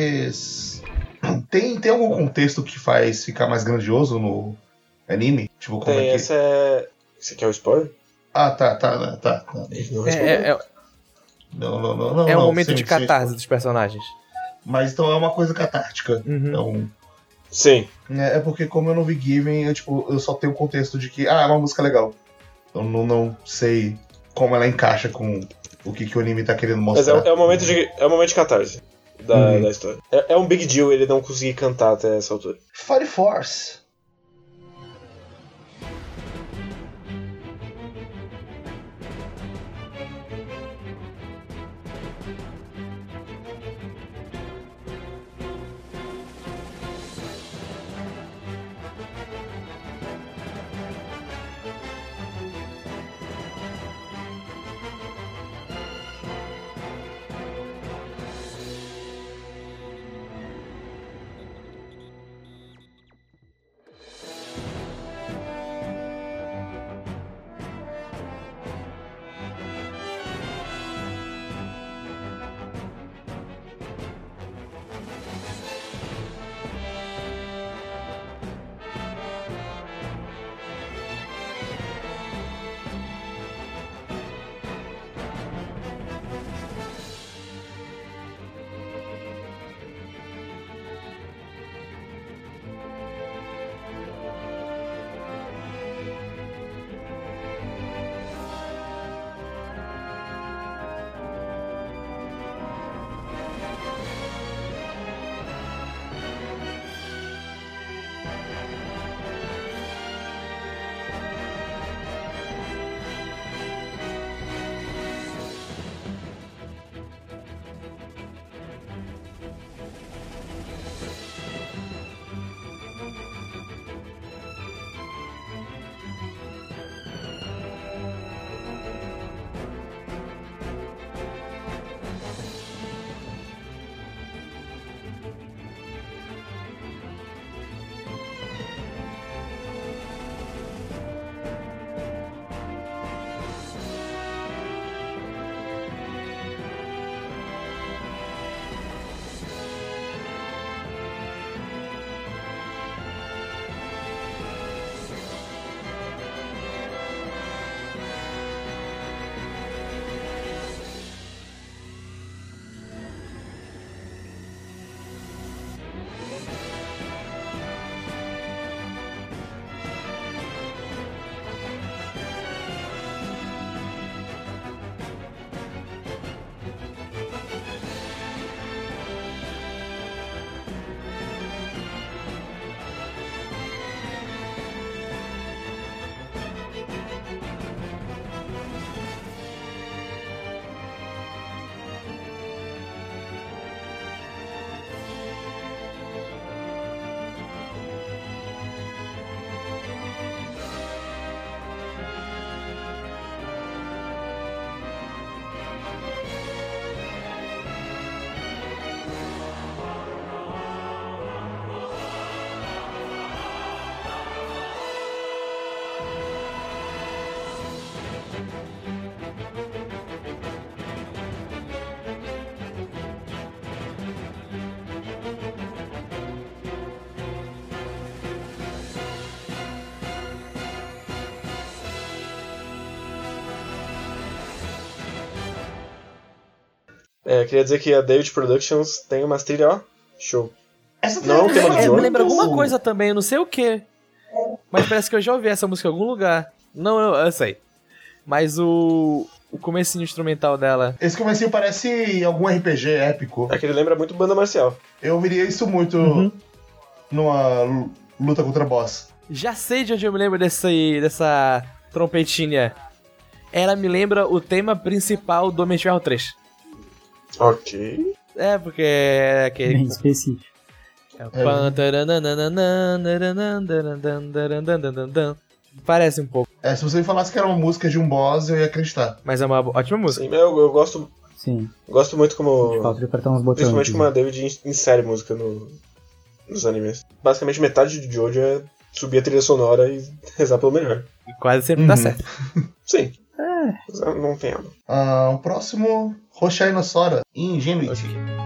S1: mas tem, tem algum contexto que faz ficar mais grandioso no anime? Tipo, como
S2: Tem,
S1: é que...
S2: essa é... Você quer o spoiler?
S1: Ah, tá, tá, tá. tá.
S2: Não
S9: É,
S2: respondeu.
S9: é, é,
S1: Não, não, não, não.
S9: é um
S1: não,
S9: momento
S1: sim,
S9: de
S1: sim.
S9: catarse dos personagens.
S1: Mas então é uma coisa catártica.
S9: Uhum.
S1: Então,
S2: Sim.
S1: é é porque como eu não vi Given, eu, tipo, eu só tenho o contexto de que, ah, é uma música legal. Eu não, não sei como ela encaixa com o que, que o anime tá querendo
S2: Mas
S1: mostrar.
S2: é, é, o momento de, é o momento de catarse da,
S1: Uhum.
S2: da história. É, é um big deal ele não conseguir cantar até essa altura.
S1: Fire Force.
S2: É, queria dizer que a David Productions tem umas trilhas, ó, show.
S1: Essa
S2: Não é um tema de
S9: É,
S2: jogo.
S9: me lembra alguma coisa também, eu não sei o que. Mas parece que eu já ouvi essa música em algum lugar. Não, eu, eu sei. Mas o, o comecinho instrumental dela.
S1: Esse comecinho parece algum R P G épico.
S2: É que ele lembra muito banda marcial.
S1: Eu ouviria isso muito
S9: Uhum.
S1: numa lu- luta contra boss.
S9: Já sei de onde eu me lembro desse, dessa trompetinha. Ela me lembra o tema principal do Homem de Ferro três.
S2: Ok.
S9: É, porque é aquele.
S5: Bem específico.
S9: É o pan- Parece um pouco,
S1: É, se você me falasse que era uma música de um boss, eu ia acreditar.
S9: mas é uma ótima música.
S2: Sim, eu, eu gosto,
S5: Sim.
S2: gosto muito como...
S5: Falta de apertar uns botões.
S2: Principalmente como a
S5: aqui.
S2: David ins- insere música no, nos animes. Basicamente metade de Jojo é subir a trilha sonora e rezar pelo melhor.
S9: E quase sempre dá
S1: Uhum.
S9: certo.
S2: Sim. Mas eu não entendo.
S1: Ah, o próximo, Hoshai no Sora, Ingenuity.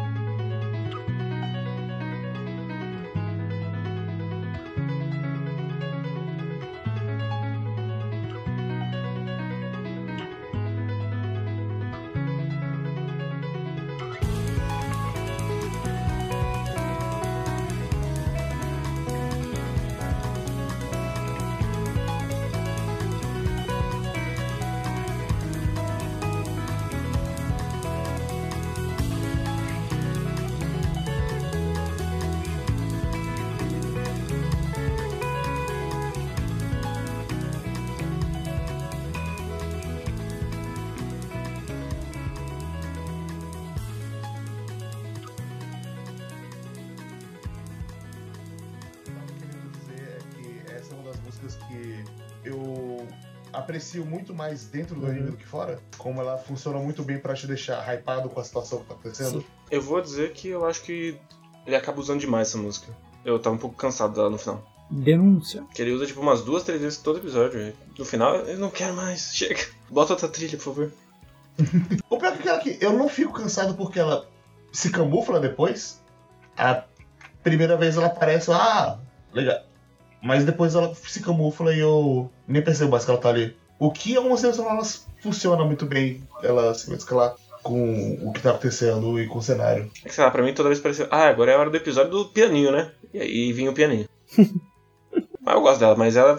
S1: Essa é uma das músicas que eu aprecio muito mais dentro do anime do que fora. Como ela funciona muito bem pra te deixar hypado com a situação que tá acontecendo.
S2: Eu vou dizer que eu acho que ele acaba usando demais essa música. Eu tava um pouco cansado dela no final.
S5: Denúncia.
S2: Que ele usa tipo umas duas, três vezes todo episódio. E no final, eu não quero mais. Chega. Bota outra trilha, por favor.
S1: O pior é que aquela que eu não fico cansado porque ela se camufla depois. A primeira vez ela aparece, ah, legal. Mas depois ela se camufla e eu nem percebo mais que ela tá ali. O que algumas cenas sonoras funciona muito bem, ela se mesclar com o que tá acontecendo e com o cenário.
S2: É que, sei lá, pra mim toda vez parecia, ah, agora é a hora do episódio do pianinho, né? E aí vinha o pianinho. Mas eu gosto dela, mas ela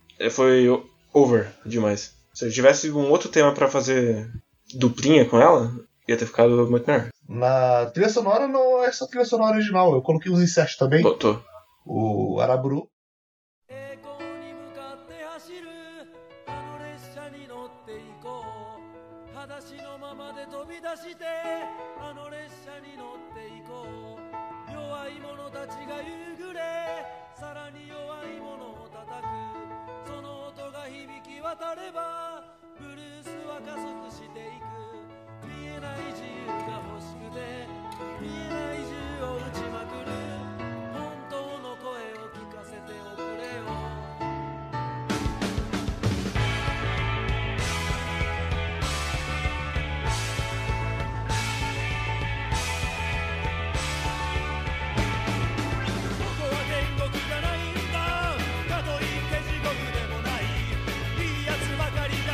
S2: foi over demais. Se eu tivesse um outro tema pra fazer duplinha com ela, ia ter ficado muito melhor.
S1: Na trilha sonora não é essa trilha sonora original, eu coloquei os inserts também.
S2: Botou.
S1: O Araburu.
S7: 栄光に向かって走るあの列車に乗っていこう裸足のままで飛び出してあの列車に乗っていこう弱い者たちが夕暮れさらに弱い者を叩くその音が響き渡ればブルースは加速していく見えない自由が欲しくて見えない銃を撃ちまくる本当の声を聞かせておくれよ 「いいやつばかりだ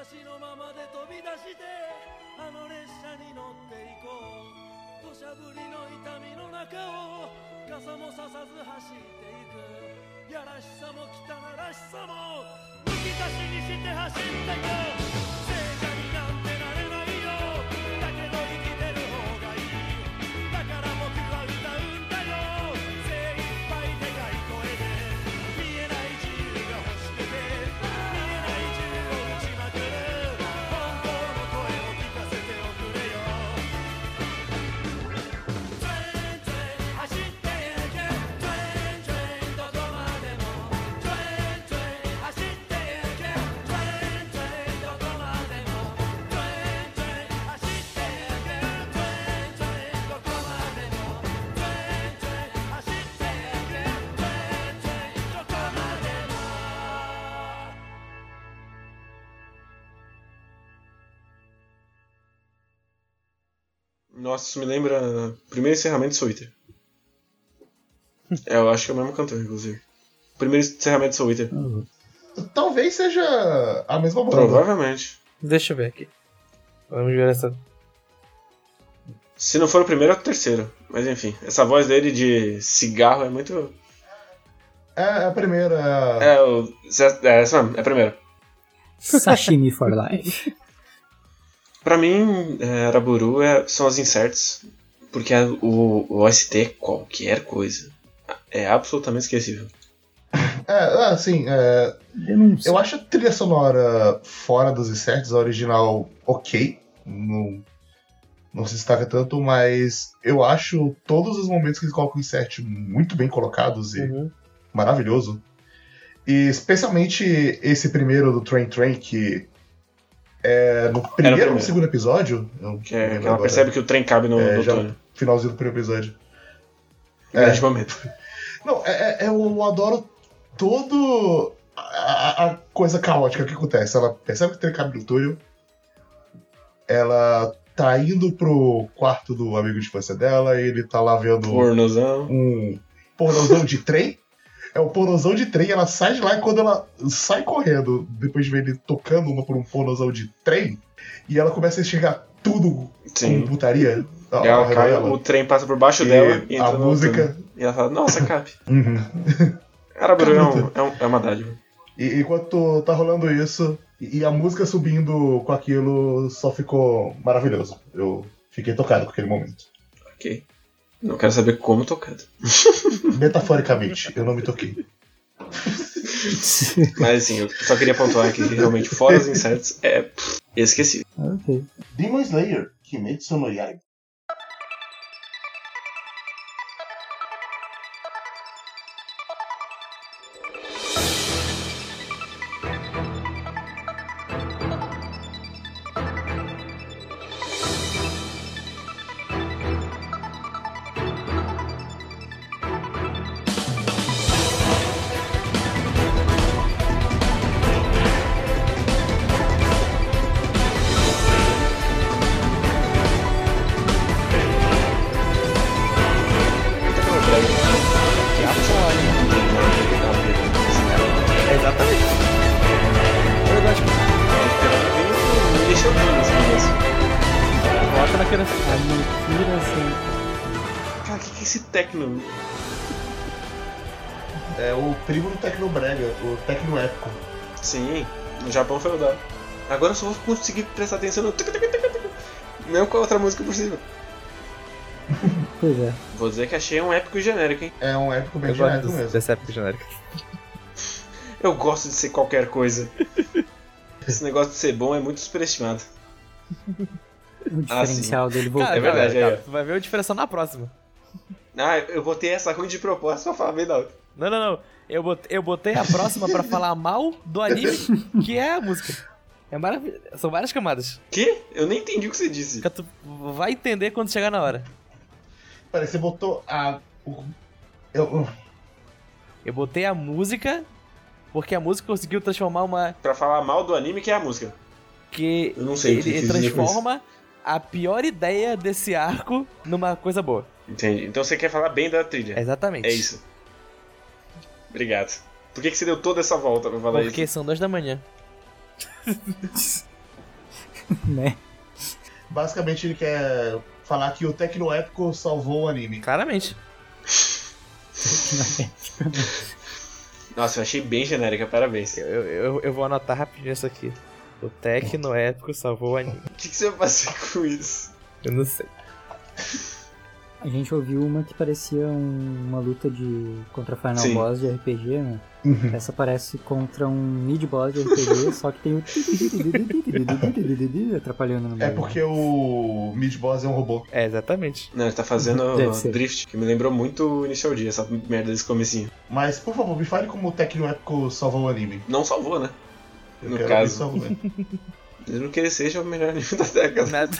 S7: 足のままで飛び出してあの列車に乗っていこう土砂降りの痛みの中を傘もささず走っていくやらしさも汚らしさもむき出しにして走っていく聖者になんてなれないよだけど生きてる方がいいだから僕は歌うんだよ精一杯でかい声で見えない自由が欲しくて見えない銃を撃ちまくる本当の声を聞かせておくれよトレイントレイン走っていけトレイントレインどこまでもトレイントレイン走っていけトレイントレインどこまでもトレイントレイン走っていけトレイントレインどこまでもトレイントレイン走っていけトレイントレインどこまでも
S2: Nossa, isso me lembra o primeiro encerramento de Soul Eater. É, eu acho que é o mesmo cantor, inclusive. Primeiro encerramento de Soul Eater.
S1: Talvez seja a mesma banda.
S2: Provavelmente.
S4: Deixa eu ver aqui. Vamos ver essa.
S2: Se não for o primeiro, é o terceiro. Mas enfim, essa voz dele de cigarro é muito.
S1: É a primeira.
S2: É, o... é essa mesmo, é a primeira.
S5: Sashimi for Life.
S2: Pra mim, é, Araburu é, são as inserts, porque a- o, o O S T é qualquer coisa. É absolutamente esquecível.
S1: É, assim, é,
S5: Denúncia.
S1: eu acho a trilha sonora fora dos inserts, a original, ok. Não, não se destaca tanto, mas eu acho todos os momentos que eles colocam insert muito bem colocados e
S4: Uhum.
S1: maravilhoso. E especialmente esse primeiro do Train Train, que é no primeiro ou no
S2: primeiro.
S1: segundo episódio. eu
S2: Que,
S1: não
S2: é,
S1: lembro
S2: que ela
S1: agora.
S2: percebe que o trem cabe no,
S1: É,
S2: no
S1: já
S2: túnel.
S1: finalzinho do primeiro episódio.
S2: Grande momento.
S1: Não, é, é- eu adoro todo a, a- a coisa caótica que acontece. Ela percebe que tem cabo no túnel. Ela tá indo pro quarto do amigo de infância dela e ele tá lá vendo
S2: Pornozão.
S1: um pornozão de trem. É o pornozão de trem, ela sai de lá e quando ela sai correndo, depois de ver ele tocando uma por um pornozão de trem, e ela começa a enxergar tudo
S2: Sim.
S1: com putaria. ao-
S2: E
S1: ao
S2: ela
S1: redor
S2: cai,
S1: dela.
S2: o trem passa por baixo
S1: E
S2: dela e
S1: a
S2: entra no
S1: música-
S2: túnel. E ela fala, nossa, cabe.
S1: Uhum.
S2: Araburu é, um, é, um, é uma dádiva.
S1: E enquanto tá rolando isso, e e a música subindo com aquilo, só ficou maravilhoso. Eu fiquei tocado com aquele momento.
S2: Ok. Não quero saber como tocado.
S1: Metaforicamente, eu não me toquei.
S2: Mas assim, eu só queria pontuar que realmente, fora os inserts, é pff, esquecível.
S5: Ok.
S1: Demon Slayer, Kimetsu no Yaiba.
S4: É exatamente. Eu gosto.
S2: Me deixou bem nesse negócio.
S4: Bota naquele.
S5: A Mikira sem.
S2: Cara, o que, que é esse techno?
S1: É o primo do Tecnobrega, o Tecno Épico.
S2: Sim, no Japão feudal. Agora eu só vou conseguir prestar atenção no. tuc, tuc, tuc, tuc, tuc. Não com a outra música por cima.
S5: Pois é.
S2: Vou dizer que achei um épico genérico, hein?
S1: É um épico bem
S4: Eu gosto
S1: genérico
S4: desse-
S1: mesmo.
S4: dessa época genérica.
S2: Eu gosto de ser qualquer coisa. Esse negócio de ser bom é muito superestimado.
S5: O diferencial dele voltou.
S4: Cara,
S2: É verdade,
S4: cara,
S2: é.
S4: cara, tu vai ver a diferença na próxima.
S2: Ah, eu botei essa ruim de propósito pra falar bem da outra.
S4: Não, não, não. Eu botei, eu botei a próxima pra falar mal do anime, que é a música. É maravilhoso. São várias camadas.
S2: Que? Eu nem entendi o que você disse.
S4: Que tu vai entender quando chegar na hora.
S1: Peraí, você botou a. o- Eu.
S4: Eu botei a música, porque a música conseguiu transformar uma.
S2: Pra falar mal do anime, que é a música.
S4: Que
S2: Eu não sei o
S4: ele,
S2: que
S4: ele
S2: quis dizer com
S4: transforma a pior ideia desse arco numa coisa boa.
S2: Entendi. Então você quer falar bem da trilha.
S4: Exatamente.
S2: É isso. Obrigado. Por que, que você deu toda essa volta pra falar
S4: Porque
S2: isso?
S4: são duas da manhã.
S5: né?
S1: Basicamente ele quer falar que o Tecnoépico salvou o anime.
S9: Claramente.
S2: Nossa, eu achei bem genérica, parabéns.
S9: Eu, eu, eu vou anotar rapidinho isso aqui. O Tecno épico salvou o anime.
S2: O que, que você vai fazer com isso?
S9: Eu não sei.
S5: A gente ouviu uma que parecia um- uma luta de contra Final
S2: Sim.
S5: Boss de R P G, né?
S1: Uhum.
S5: Essa parece contra um mid-boss de R P G, só que tem o atrapalhando no meio.
S1: É porque o Mid-Boss é um robô.
S9: É, exatamente.
S2: Não, ele tá fazendo
S5: Deve ser.
S2: Drift, que me lembrou muito o Inicial D, essa merda desse comecinho.
S1: Mas, por favor, me fale como o Tecnoépico salvou o anime.
S2: Não salvou, né?
S1: Eu
S2: No
S1: quero
S2: caso.
S1: ver salvar.
S2: Mesmo que ele seja o melhor anime da década.
S9: Nada.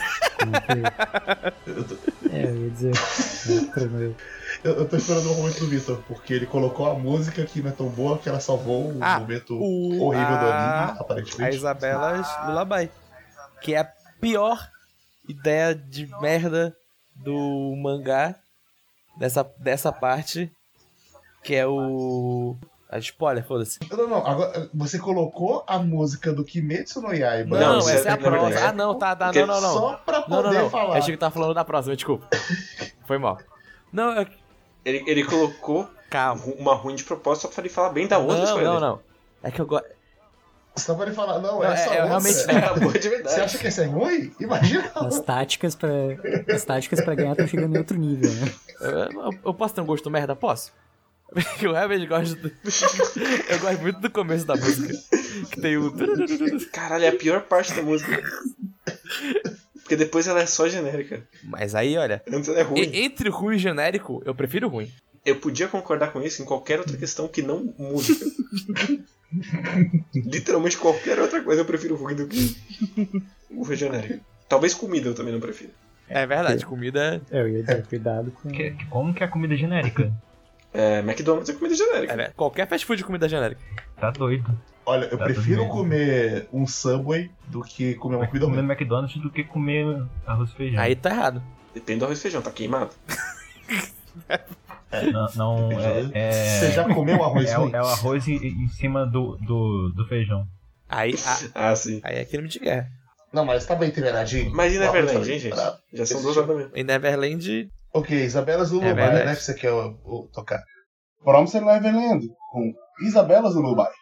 S5: É, eu ia dizer. é, pra mim.
S1: Eu, eu tô esperando o momento do Vitor, porque ele colocou a música que não é tão boa que ela salvou o
S9: Ah,
S1: momento
S9: o-
S1: horrível do
S9: a-
S1: anime, aparentemente.
S9: A Isabelas Lullaby. Que é a pior ideia de merda do mangá dessa, dessa parte. Que é o. A spoiler, foda-se.
S1: Não, não, agora você colocou a música do Kimetsu no Yaiba.
S9: Não,
S2: Não, isso
S9: essa é
S2: é
S9: a
S2: na verdade.
S9: próxima. Ah, não, tá, tá,
S2: Porque
S9: não, não, não.
S1: Só pra
S9: Não,
S1: poder
S9: não, não.
S1: falar.
S9: Eu achei que tava falando da próxima, desculpa. Foi mal. Não, eu...
S2: Ele, ele colocou
S9: calma.
S2: uma ruim de propósito só pra ele falar bem da outra
S9: Não,
S2: escolha
S9: não,
S2: dele.
S9: não. É que eu gosto.
S1: Só pra ele falar, não,
S9: Não,
S1: essa
S9: é- é
S1: outra.
S9: realmente-
S2: Tá boa de verdade.
S1: Você acha que essa é ruim? Imagina.
S5: As táticas pra, as táticas pra ganhar estão chegando em outro nível, né?
S9: Eu, eu- eu posso ter um gosto merda? Posso? Eu realmente gosto do... Eu gosto muito do começo da música. Que tem o...
S2: Caralho, é a pior parte da música. Porque depois ela é só genérica.
S9: Mas aí, olha...
S2: Antes ela é ruim.
S9: e- Entre ruim e genérico, eu prefiro ruim.
S2: Eu podia concordar com isso em qualquer outra questão que não música. Literalmente qualquer outra coisa eu prefiro ruim do que o genérico. Talvez comida eu também não prefiro.
S9: É verdade, comida...
S5: É, eu ia dizer, cuidado com...
S3: Que- como que é comida genérica?
S2: É, McDonald's é comida genérica.
S9: É, né? Qualquer fast food é comida genérica.
S3: Tá doido.
S1: Olha, eu
S3: Tá
S1: prefiro
S3: tudo bem.
S1: comer um Subway do que comer uma comida
S3: Comer
S1: ruim.
S3: McDonald's do que comer arroz e feijão.
S9: Aí tá errado.
S2: Depende do arroz e feijão, tá queimado.
S3: Não, não é, é,
S1: Você já comeu um arroz
S3: é,
S1: ruim?
S3: o- é o arroz em, em cima do, do, do feijão.
S9: Aí, a-
S2: Ah, sim.
S9: aí é crime de guerra.
S1: Não, mas tá bem treinadinho.
S2: Mas e
S1: O arroz
S2: Neverland,
S1: tá
S2: hein, gente?
S1: bem-
S2: Já são
S1: Esse
S2: duas
S1: tipo-
S2: horas da manhã.
S9: Em Neverland...
S1: Ok, Isabela Zulubai,
S9: É verdade.
S1: né? Que você quer o, o- tocar. Promised Neverland, com Isabela Zulubai.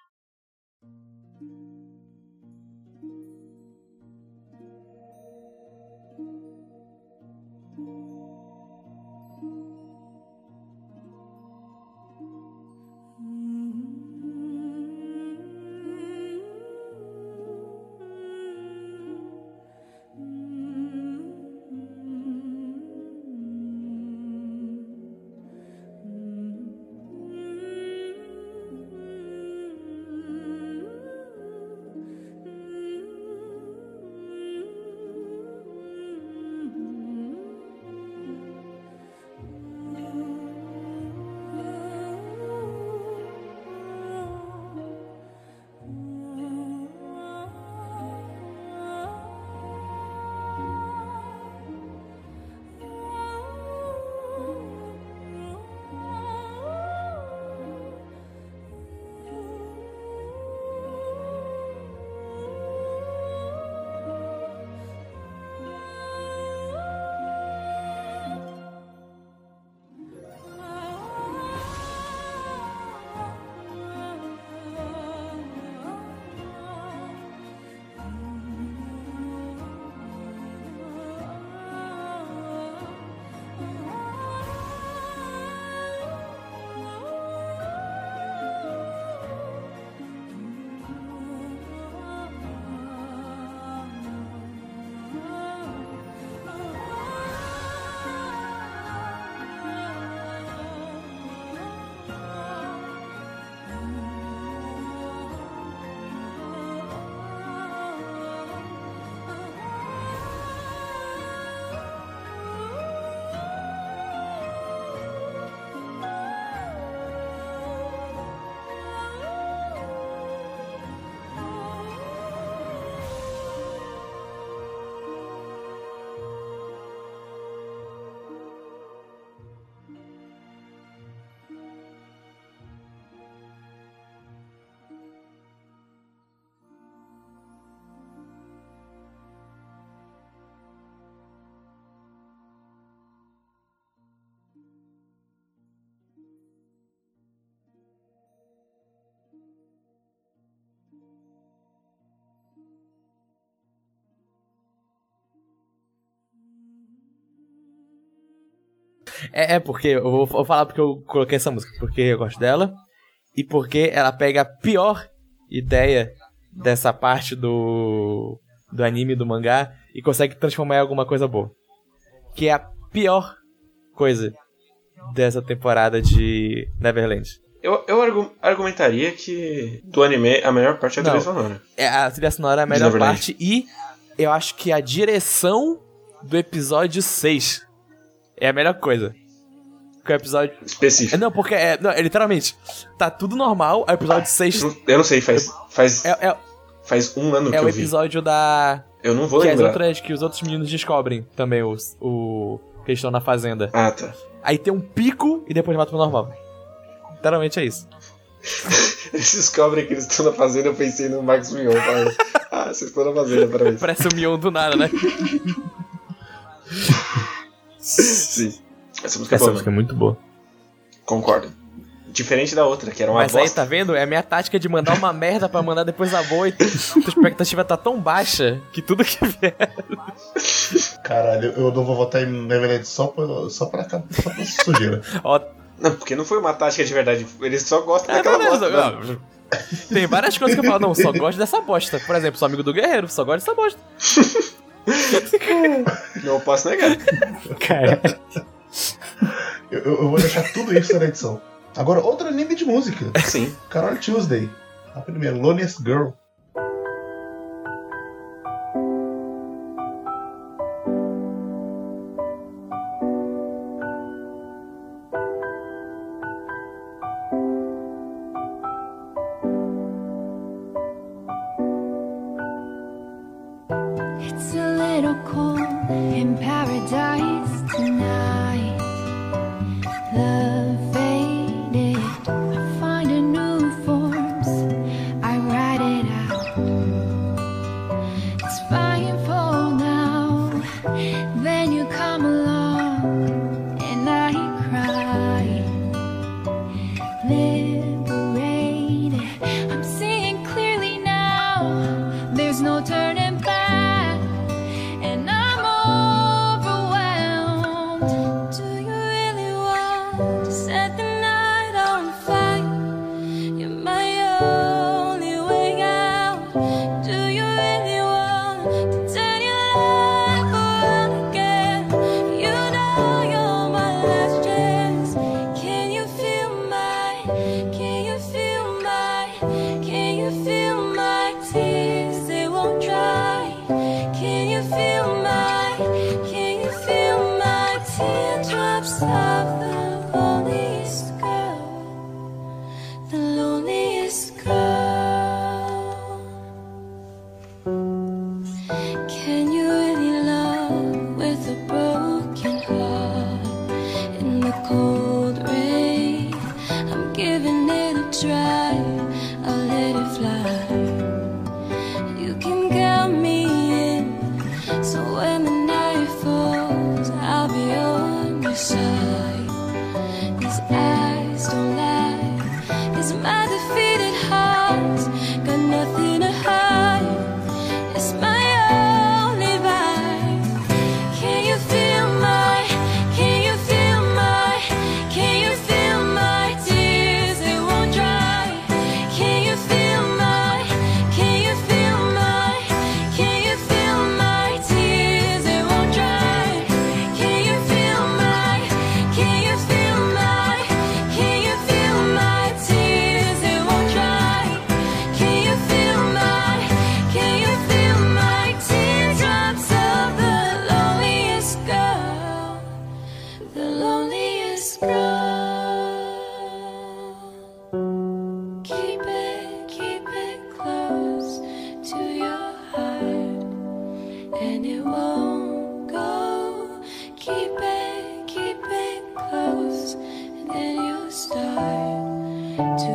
S9: É, é porque, eu vou, vou falar porque eu coloquei essa música, porque eu gosto dela, e porque ela pega a pior ideia dessa parte do, do anime, do mangá, e consegue transformar em alguma coisa boa. Que é a pior coisa dessa temporada de Neverland.
S2: Eu, eu argu- argumentaria que do anime a melhor parte é a trilha
S9: Não,
S2: sonora.
S9: É, a trilha sonora é a
S2: De
S9: melhor
S2: Neverland.
S9: parte, e eu acho que a direção do episódio seis é a melhor coisa. Que é o episódio...
S2: Específico.
S9: É, não, porque é, não, é literalmente, tá tudo normal, aí o episódio seis...
S2: Não- Eu não sei, faz, faz,
S9: É, é,
S2: faz um ano que
S9: é o
S2: eu vi.
S9: episódio da...
S2: Eu não vou
S9: Que, as
S2: lembrar.
S9: outras, que os outros meninos descobrem também, os, o que eles estão na fazenda.
S2: Ah, tá.
S9: Aí tem um pico e depois volta pro normal. Literalmente é isso.
S2: Eles descobrem que eles estão na fazenda, eu pensei no Max Mion. Falando, ah, vocês estão na fazenda, parabéns.
S9: Parece o Mion do nada, né?
S2: Sim. Essa música é
S9: Essa
S2: boa,
S9: música é
S2: mano.
S9: muito boa.
S2: Concordo. Diferente da outra, que era uma
S9: Mas aí,
S2: bosta.
S9: tá vendo? É a minha tática de mandar uma merda pra mandar depois a boa e tua expectativa tá tão baixa que tudo que vier...
S1: Caralho, eu não vou votar em Neverland só pra, só pra, só pra sujeira.
S9: Ó,
S2: Não, porque não foi uma tática de verdade. Eles só gostam
S9: é,
S2: daquela
S9: não,
S2: bosta.
S9: não,
S2: né?
S9: não. Tem várias coisas que eu falo, não, só gosto dessa bosta. Por exemplo, sou amigo do Guerreiro, só gosto dessa bosta.
S2: Não posso negar.
S5: Cara,
S1: Eu, eu eu vou deixar tudo isso na edição. Agora, outro anime de música.
S2: Sim.
S1: Carol Tuesday. A primeira, Loneliest Girl.
S6: It's a little cold in paradise tonight. Love faded. I find a new forms. I write it out. It's fine for now. Then you come along and I cry. Liberated. I'm seeing clearly now. There's no turning back. And I'm overwhelmed. Do you really want to set the night on fire? You're my only way out. Do you really want to turn your life around again? You know you're my last chance. Can you feel my, can you feel my, can you feel my tears? They won't dry. Can you feel my, can you feel my teardrops of the loneliest girl, the loneliest girl? Can you really love with a broken heart in the cold rain? I'm giving it a try, I'll let it fly. You can count me in, so when the night falls, I'll be on your side. These eyes don't lie, 'cause my defeated heart's got nothing to hide. It's my only vibe. Can you feel my, can you feel my, can you feel my tears? They won't dry. Can you feel my, can you feel my, can you feel my tears? They won't dry. Can you feel my, can you feel my, can you feel my tears? They won't dry. Can you feel my, can you feel my teardrops of the loneliest girl, the loneliest girl? Keep it, keep it close to your heart, and it won't go. Keep it, keep it close, and then you'll start to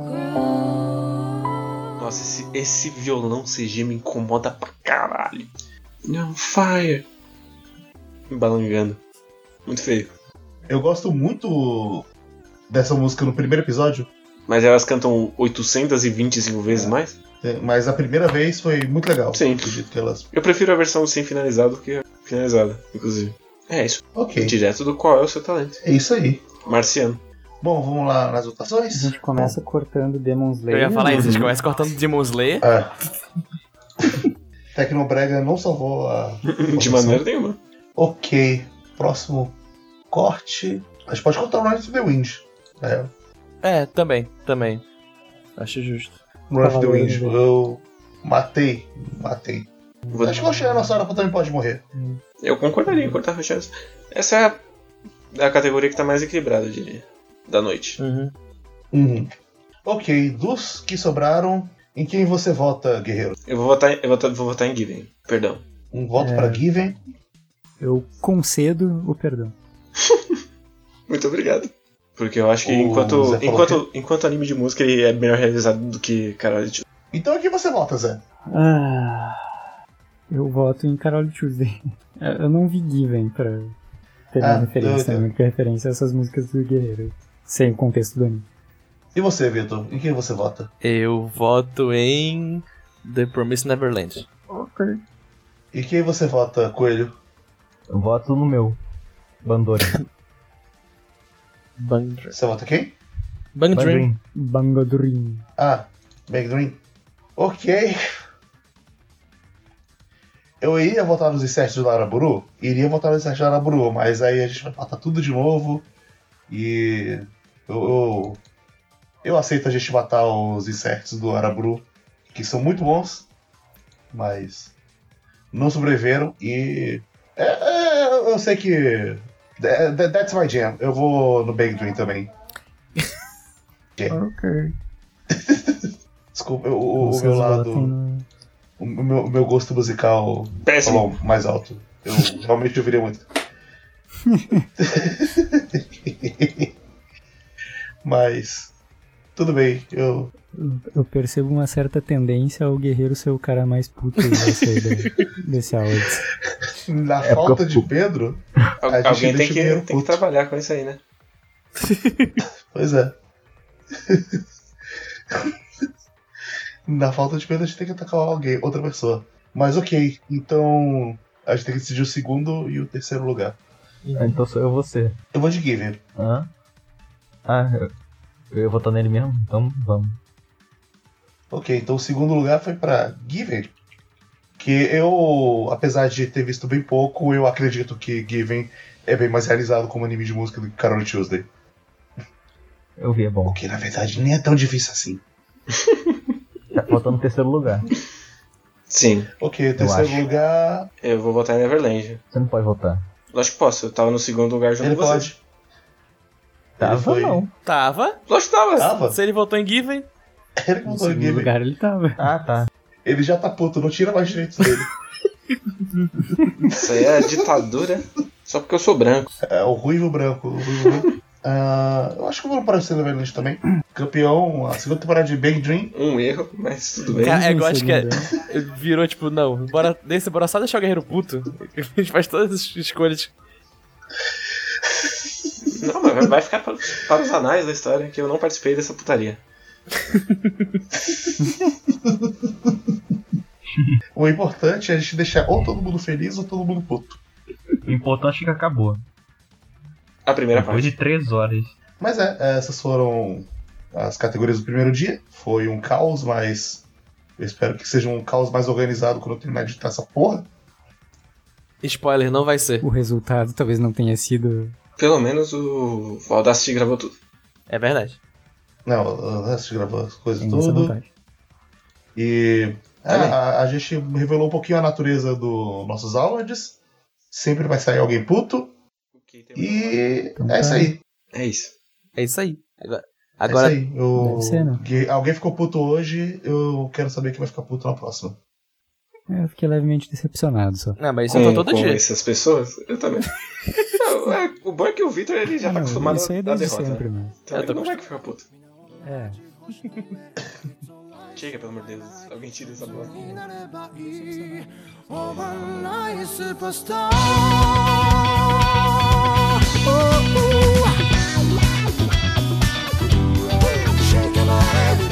S6: grow.
S2: Nossa, esse, esse violão C G me incomoda pra caralho. Não, fire. Me balangando. Muito feio.
S1: Eu gosto muito dessa música no primeiro episódio,
S2: Mas elas cantam oitocentas e vinte e cinco vezes mais?
S1: mas a primeira vez foi muito legal.
S2: Sim.
S1: Acredito que elas...
S2: Eu prefiro a versão sem finalizado do que a finalizada, inclusive. É isso.
S1: Ok.
S2: Direto do qual é o seu talento.
S1: É isso aí.
S2: Marciano.
S1: Bom, vamos lá nas
S5: A
S1: votações?
S5: gente começa cortando Demon Slayer.
S9: Eu ia falar isso, a gente começa cortando Demon Slayer.
S1: É. Tecnobrega não salvou a...
S2: De maneira nenhuma.
S1: Ok. Próximo corte. A gente pode cortar o Run to the Wind. É.
S9: É, também, também. Acho justo.
S1: Run to the Wind. Eu matei. Matei.
S2: Vou...
S1: Acho que o Oceano Nossa também pode morrer.
S2: Eu concordaria em cortar Rochelle. Essa é a, a categoria que tá mais equilibrada, eu diria. Da noite.
S9: Uhum.
S1: Uhum. Ok, dos que sobraram, em quem você vota, guerreiro?
S2: Eu vou votar, eu vou, vou votar em Given. Perdão.
S1: Um voto
S5: É.
S1: pra Given.
S5: Eu concedo o perdão.
S2: Muito obrigado. Porque eu acho que
S1: O
S2: enquanto,
S1: Zé falou
S2: enquanto, enquanto anime de música ele é melhor realizado do que Carol.
S1: Então em quem você vota, Zé?
S5: Ah, eu voto em Carol Tuesday. Eu não vi Given pra ter
S1: Ah,
S5: uma referência,
S1: eu-
S5: né? Porque referência a essas músicas do Guerreiro. Sem o contexto do anime.
S1: E você, Vitor? Em quem você vota?
S9: Eu voto em The Promised Neverland.
S5: Ok.
S1: E quem você vota, Coelho?
S3: Eu voto no meu. Bandori.
S9: Bang Dream.
S1: Você vota quem?
S9: Bang Dream.
S5: Bangodrim.
S1: Ah, Bang Dream. Ok. Eu iria votar nos inserts do Araburu, iria votar nos inserts do Araburu, mas aí a gente vai matar tudo de novo. E eu, eu, eu aceito a gente matar os inserts do Araburu, que são muito bons, mas não sobreviveram. E é, é, eu sei que that, that's my jam. Eu vou no Bang Dream também.
S5: Ok.
S1: Desculpa, o, o, o
S5: Vocês
S1: meu lado.
S5: votem no-
S1: O meu, o meu gosto musical
S2: Péssimo.
S1: falou mais alto. Eu realmente ouviria muito. Mas tudo bem, eu.
S5: Eu percebo uma certa tendência ao guerreiro ser o cara mais puto desse, desse áudio.
S1: Na
S3: É
S1: falta
S3: porque
S1: de
S3: eu-
S1: Pedro,
S2: Al-
S1: a gente
S2: alguém tem
S1: deixa o
S2: que,
S1: guerreiro
S2: tem que
S1: puto.
S2: trabalhar com isso aí, né?
S1: Pois é. Na falta de Pedro, a gente tem que atacar alguém, outra pessoa. Mas ok, então a gente tem que decidir o segundo e o terceiro lugar.
S3: Ah, então sou eu você.
S1: Eu vou de Given.
S3: Hã? Ah, eu, eu ia votar nele mesmo? Então vamos.
S1: Ok, então o segundo lugar foi pra Given. Que eu, apesar de ter visto bem pouco, eu acredito que Given é bem mais realizado como anime de música do que Carol Tuesday.
S3: Eu vi, é bom.
S1: O que na verdade nem é tão difícil assim.
S3: Tá faltando o terceiro lugar.
S2: Sim.
S1: Ok, terceiro
S3: acho.
S1: lugar.
S2: Eu vou votar em Neverland.
S3: Você não pode votar.
S2: Lógico que posso, eu tava no segundo lugar junto
S1: Ele
S2: com você.
S1: pode.
S3: Tava
S1: foi-
S3: não.
S9: Tava.
S2: Lógico que tava.
S1: Tava?
S9: Se ele votou em Given,
S1: Ele que
S5: No
S1: votou em
S5: segundo
S1: Given.
S5: lugar ele tava.
S3: Ah, tá.
S1: Ele já tá puto, não tira mais direitos dele.
S2: Isso aí é ditadura. Só porque eu sou branco.
S1: É o ruivo branco. O ruivo branco. Ah, eu acho que eu vou no Parecer Neverland também. Campeão, a segunda temporada de Bang Dream.
S2: Um erro, mas tudo bem.
S9: cara, é igual
S5: Em
S9: acho que é,
S5: segundo.
S9: virou tipo, não, bora, desse, bora só deixar o guerreiro puto. A gente faz todas as escolhas.
S2: Não, mas vai- vai ficar para, para os anais da história que eu não participei dessa putaria.
S1: O importante é a gente deixar ou todo mundo feliz ou todo mundo puto.
S3: O importante é que acabou.
S2: A primeira
S3: Depois
S2: parte.
S3: de três horas.
S1: Mas é, essas foram as categorias do primeiro dia. Foi um caos, mas eu espero que seja um caos mais organizado quando eu terminar de editar essa porra.
S9: Spoiler, não vai ser.
S5: O resultado talvez não tenha sido.
S2: Pelo menos o Audacity gravou tudo.
S9: É verdade.
S1: Não, o resto de gravar as coisas
S5: Tem essa
S1: tudo.
S5: vantagem.
S1: E é,
S2: Também.
S1: a, a gente revelou um pouquinho a natureza dos nossos áudios. Sempre vai sair alguém puto. E
S5: Então
S1: é isso
S5: tá.
S1: aí.
S2: É isso.
S9: É isso aí. Agora,
S1: É
S9: agora
S1: isso aí. Eu-
S5: Deve ser, né?
S1: que alguém ficou puto hoje, eu quero saber quem vai ficar puto na próxima.
S5: É, eu fiquei levemente decepcionado só.
S9: não, mas isso
S2: Com,
S9: eu tô todo
S2: com
S9: dia.
S2: essas pessoas, eu também. Não, é, o bom é que o Victor ele já tá
S5: Não,
S2: acostumado
S5: isso aí é
S2: a
S5: desde
S2: derrota.
S5: sempre,
S2: né?
S5: mano.
S2: Então
S9: Eu
S2: ele
S9: tô
S2: não vai ficar puto.
S5: É.
S2: Chega, pelo amor de Deus. Alguém tira essa bola.
S7: なればいい終わらないスーパースター Shake your body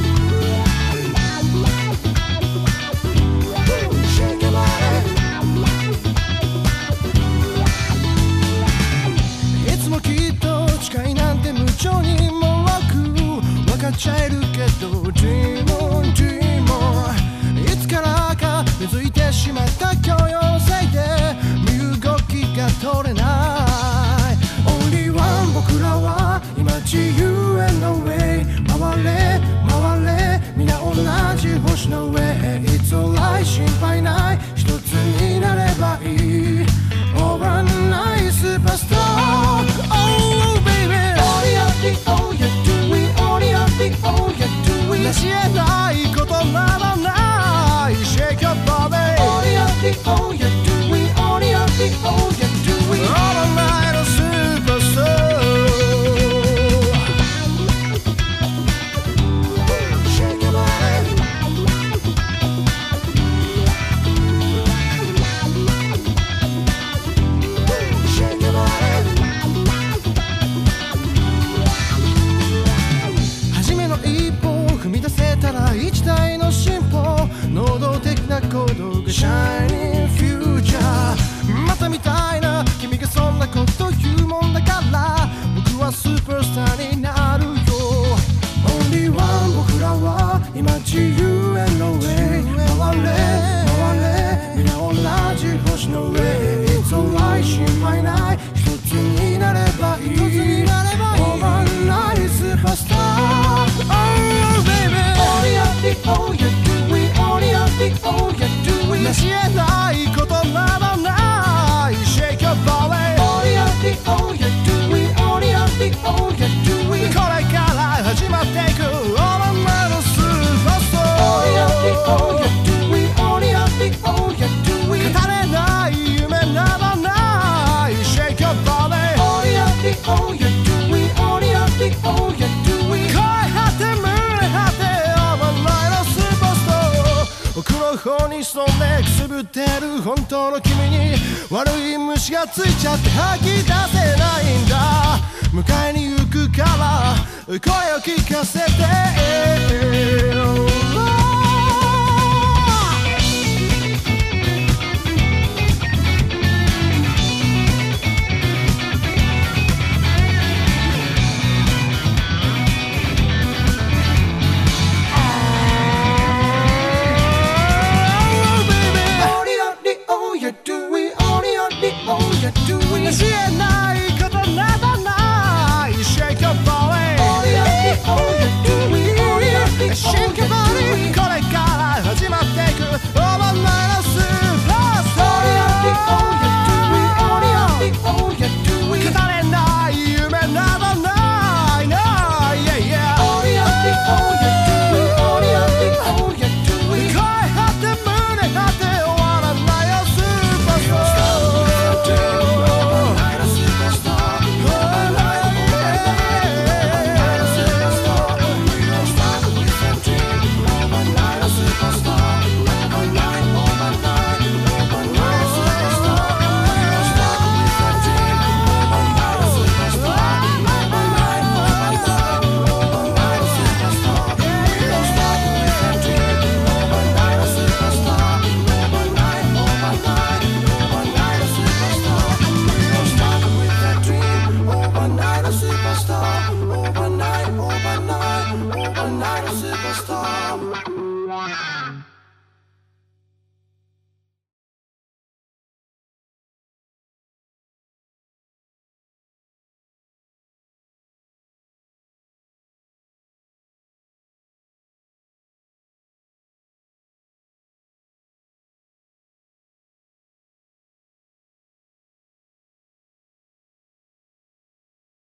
S7: Shake your body ちゃえるけど Dream on Dream on いつからか根付いてしまった許容性で身動きが取れない Only one 僕らは今自由への way 回れ回れ皆同じ星の上 It's alright 心配ない一つになればいい Overnight superstar Oh baby Only of the oh you're doing Only of the oh you're doing 成し得ないことなどない Shake your body Only of the oh you're doing Only of the oh you're doing Overnight superstar Shake your body Shake your body 初めの一歩を踏み出せたら一台の進歩能動的な行動が Shining Future またみたいな君がそんなこと言うもんだから僕はスーパースターになるよ Only one 僕らは今自由への way 回れ回れ皆同じ星の上 It's alright 心配ない一つになればいい Overnight superstar Oh baby Only of the oh you're doing Only of the oh you're doing 成し得ないことなどない Shake your body Only of the oh you're doing Only of the oh you're doing これから始まっていく Overnight superstar Only of the oh you're doing Only of the oh you're doing 語れない夢などない Shake your body Only of the oh you're doing Only of the oh you're doing 声張って胸張って Overnight superstar 奥の方に潜んでくすぶってる本当の君に悪い虫がついちゃって吐き出せないんだ迎えに行くから声を聞かせて